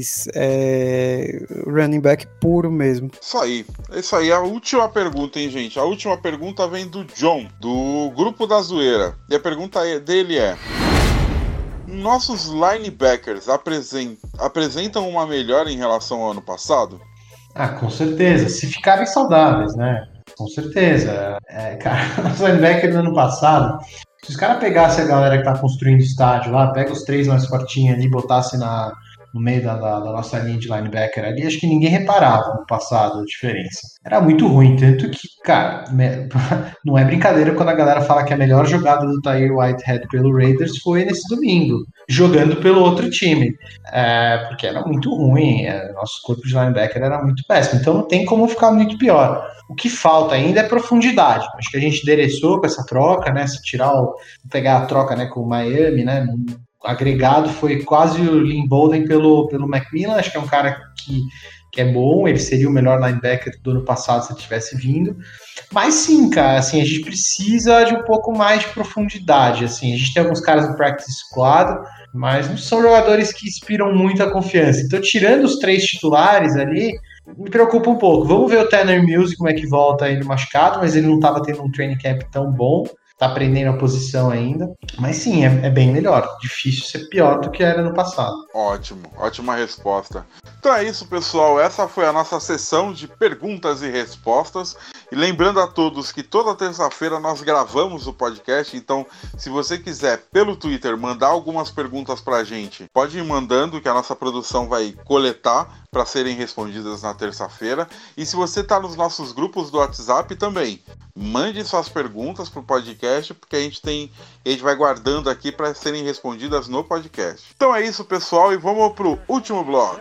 running back puro mesmo. Isso aí, a última pergunta, hein, gente? A última pergunta vem do John, do Grupo da Zoeira, e a pergunta dele é: nossos linebackers apresentam uma melhora em relação ao ano passado? Com certeza, se ficarem saudáveis, né? Com certeza. Cara, os linebackers do ano passado, se os caras pegassem a galera que tá construindo estádio lá, pega os 3 mais fortinhos ali e botasse no meio da nossa linha de linebacker ali, acho que ninguém reparava no passado a diferença. Era muito ruim, tanto que, cara, não é brincadeira quando a galera fala que a melhor jogada do Tahir Whitehead pelo Raiders foi nesse domingo, jogando pelo outro time, porque era muito ruim, nosso corpo de linebacker era muito péssimo, então não tem como ficar muito pior. O que falta ainda é profundidade. Acho que a gente endereçou com essa troca, né? Se pegar a troca, né, com o Miami, né? O agregado foi quase o Lynn Bowden pelo McMillan. Acho que é um cara que que é bom, ele seria o melhor linebacker do ano passado se ele tivesse vindo. Mas sim, cara, assim, a gente precisa de um pouco mais de profundidade, assim, a gente tem alguns caras no practice squad, mas não são jogadores que inspiram muita confiança. Então, tirando os 3 titulares ali, me preocupa um pouco. Vamos ver o Tanner Mills, como é que volta ele machucado, mas ele não estava tendo um training camp tão bom, tá aprendendo a posição ainda. Mas sim, é bem melhor. Difícil ser pior do que era no passado. Ótimo, ótima resposta. Então é isso, pessoal. Essa foi a nossa sessão de perguntas e respostas. E lembrando a todos que toda terça-feira nós gravamos o podcast. Então, se você quiser, pelo Twitter, mandar algumas perguntas pra gente, pode ir mandando, que a nossa produção vai coletar para serem respondidas na terça-feira. E se você tá nos nossos grupos do WhatsApp também, mande suas perguntas pro podcast, porque a gente vai guardando aqui para serem respondidas no podcast. Então é isso, pessoal, e vamos pro último bloco.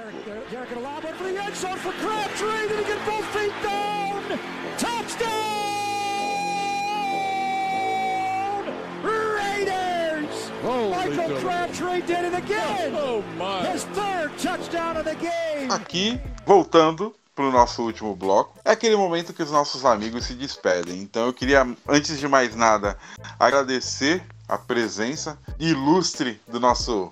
Michael Crabtree did it again. Oh my. His third touchdown of the game. Aqui, voltando pro nosso último bloco, é aquele momento que os nossos amigos se despedem. Então eu queria, antes de mais nada, agradecer a presença ilustre do nosso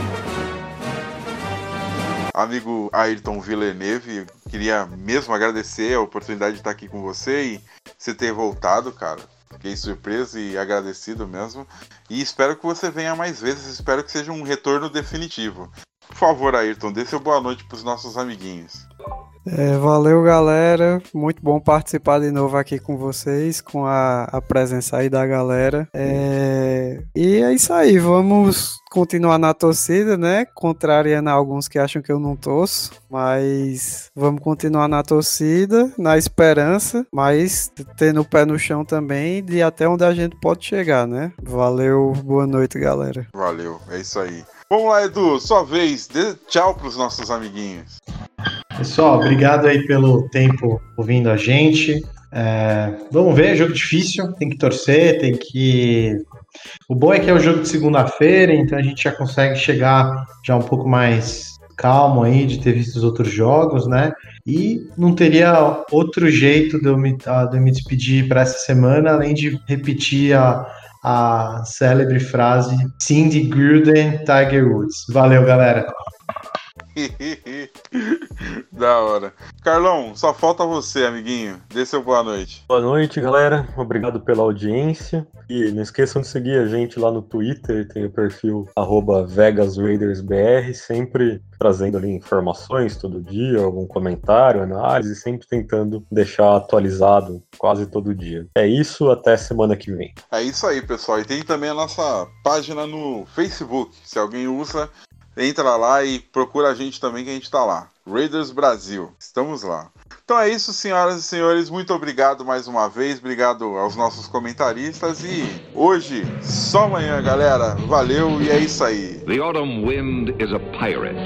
amigo Ayrton Villeneuve. Eu queria mesmo agradecer a oportunidade de estar aqui com você e você ter voltado, cara. Fiquei surpreso e agradecido mesmo. E espero que você venha mais vezes. Espero que seja um retorno definitivo. Por favor, Ayrton, dê seu boa noite para os nossos amiguinhos. Valeu, galera. Muito bom participar de novo aqui com vocês, com a presença aí da galera. E é isso aí, vamos continuar na torcida, né? Contrariando alguns que acham que eu não torço, mas vamos continuar na torcida, na esperança, mas tendo o pé no chão também de até onde a gente pode chegar, né? Valeu, boa noite, galera. Valeu, é isso aí. Vamos lá, Edu, sua vez, dê tchau pros nossos amiguinhos. Pessoal, obrigado aí pelo tempo ouvindo a gente. Vamos ver, jogo difícil, tem que torcer, tem que... O bom é que é o jogo de segunda-feira, então a gente já consegue chegar já um pouco mais calmo aí de ter visto os outros jogos, né? E não teria outro jeito de eu me despedir para essa semana, além de repetir a célebre frase Cindy Gruden, Tiger Woods. Valeu, galera! Da hora. Carlão, só falta você, amiguinho. Dê seu boa noite. Boa noite, galera. Obrigado pela audiência. E não esqueçam de seguir a gente lá no Twitter. Tem o perfil @VegasRaidersBR, sempre trazendo ali informações todo dia, algum comentário, análise, sempre tentando deixar atualizado quase todo dia. É isso, até semana que vem. É isso aí, pessoal. E tem também a nossa página no Facebook. Se alguém usa, entra lá e procura a gente também, que a gente tá lá. Raiders Brasil. Estamos lá. Então é isso, senhoras e senhores. Muito obrigado mais uma vez. Obrigado aos nossos comentaristas. E hoje, só amanhã, galera. Valeu e é isso aí. The autumn wind is a pirate,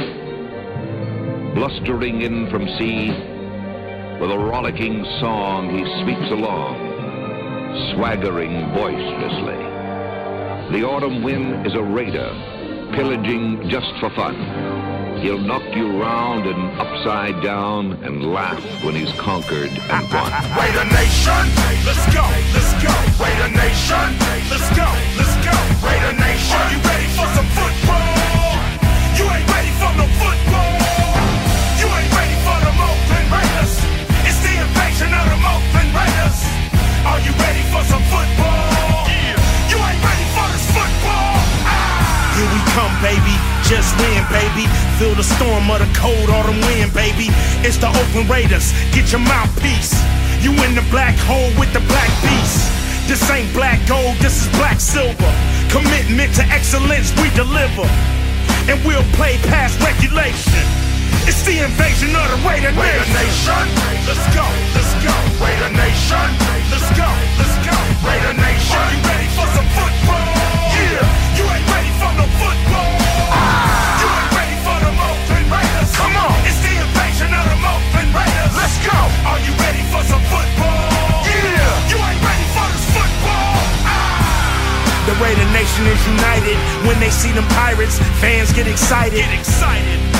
blustering in from sea. With a rollicking song he sweeps along, swaggering boisterously. The autumn wind is a raider, pillaging just for fun. He'll knock you round and upside down and laugh when he's conquered and won. Raider Nation, let's go, let's go. Raider Nation, let's go, let's go. Raider Nation, are you ready for some football? You ain't ready for no football. You ain't ready for the Oakland Raiders. It's the invasion of the Oakland Raiders. Are you ready for some football? Yeah. You ain't ready for this football. Here we come, baby. Just win, baby. Feel the storm of the cold autumn wind, baby. It's the Oakland Raiders. Get your mouthpiece. You in the black hole with the black beast. This ain't black gold, this is black silver. Commitment to excellence, we deliver. And we'll play past regulation. It's the invasion of the Raider Nation. Let's go, let's go. Raider Nation. Let's go, let's go. Raider Nation. Are you ready for some football? Yeah. You ain't ready for no football. You ain't ready for the Oakland Raiders. Come on. It's the invasion of the Oakland Raiders. Let's go. Are you ready for some football? Yeah. You ain't ready for this football. The Raider Nation is united. When they see them pirates, fans get excited.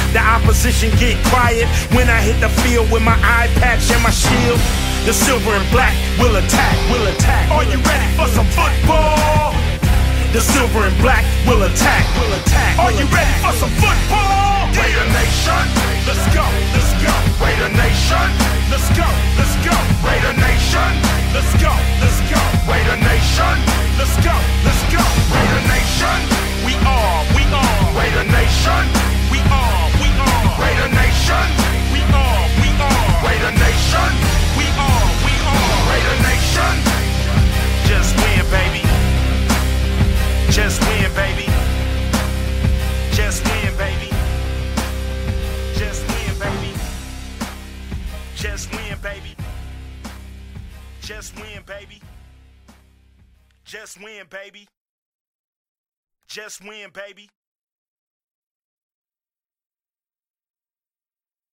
The opposition get quiet when I hit the field with my eye patch and my shield. The silver and black will attack, will attack. Are you ready for some football? The silver and black will attack, will attack. Are you ready for some football? Raider Nation, let's go, let's go. Raider Nation, let's go, let's go. Raider Nation, let's go, let's go. Raider Nation, let's go, let's go. Raider Nation, we are. Raider Nation, we are. Raider Nation, we are. Raider Nation, we are. Raider Nation, just win, baby. Just win, baby. Just win, baby. Just win, baby. Just win, baby. Just win, baby. Just win, baby. Just win, baby.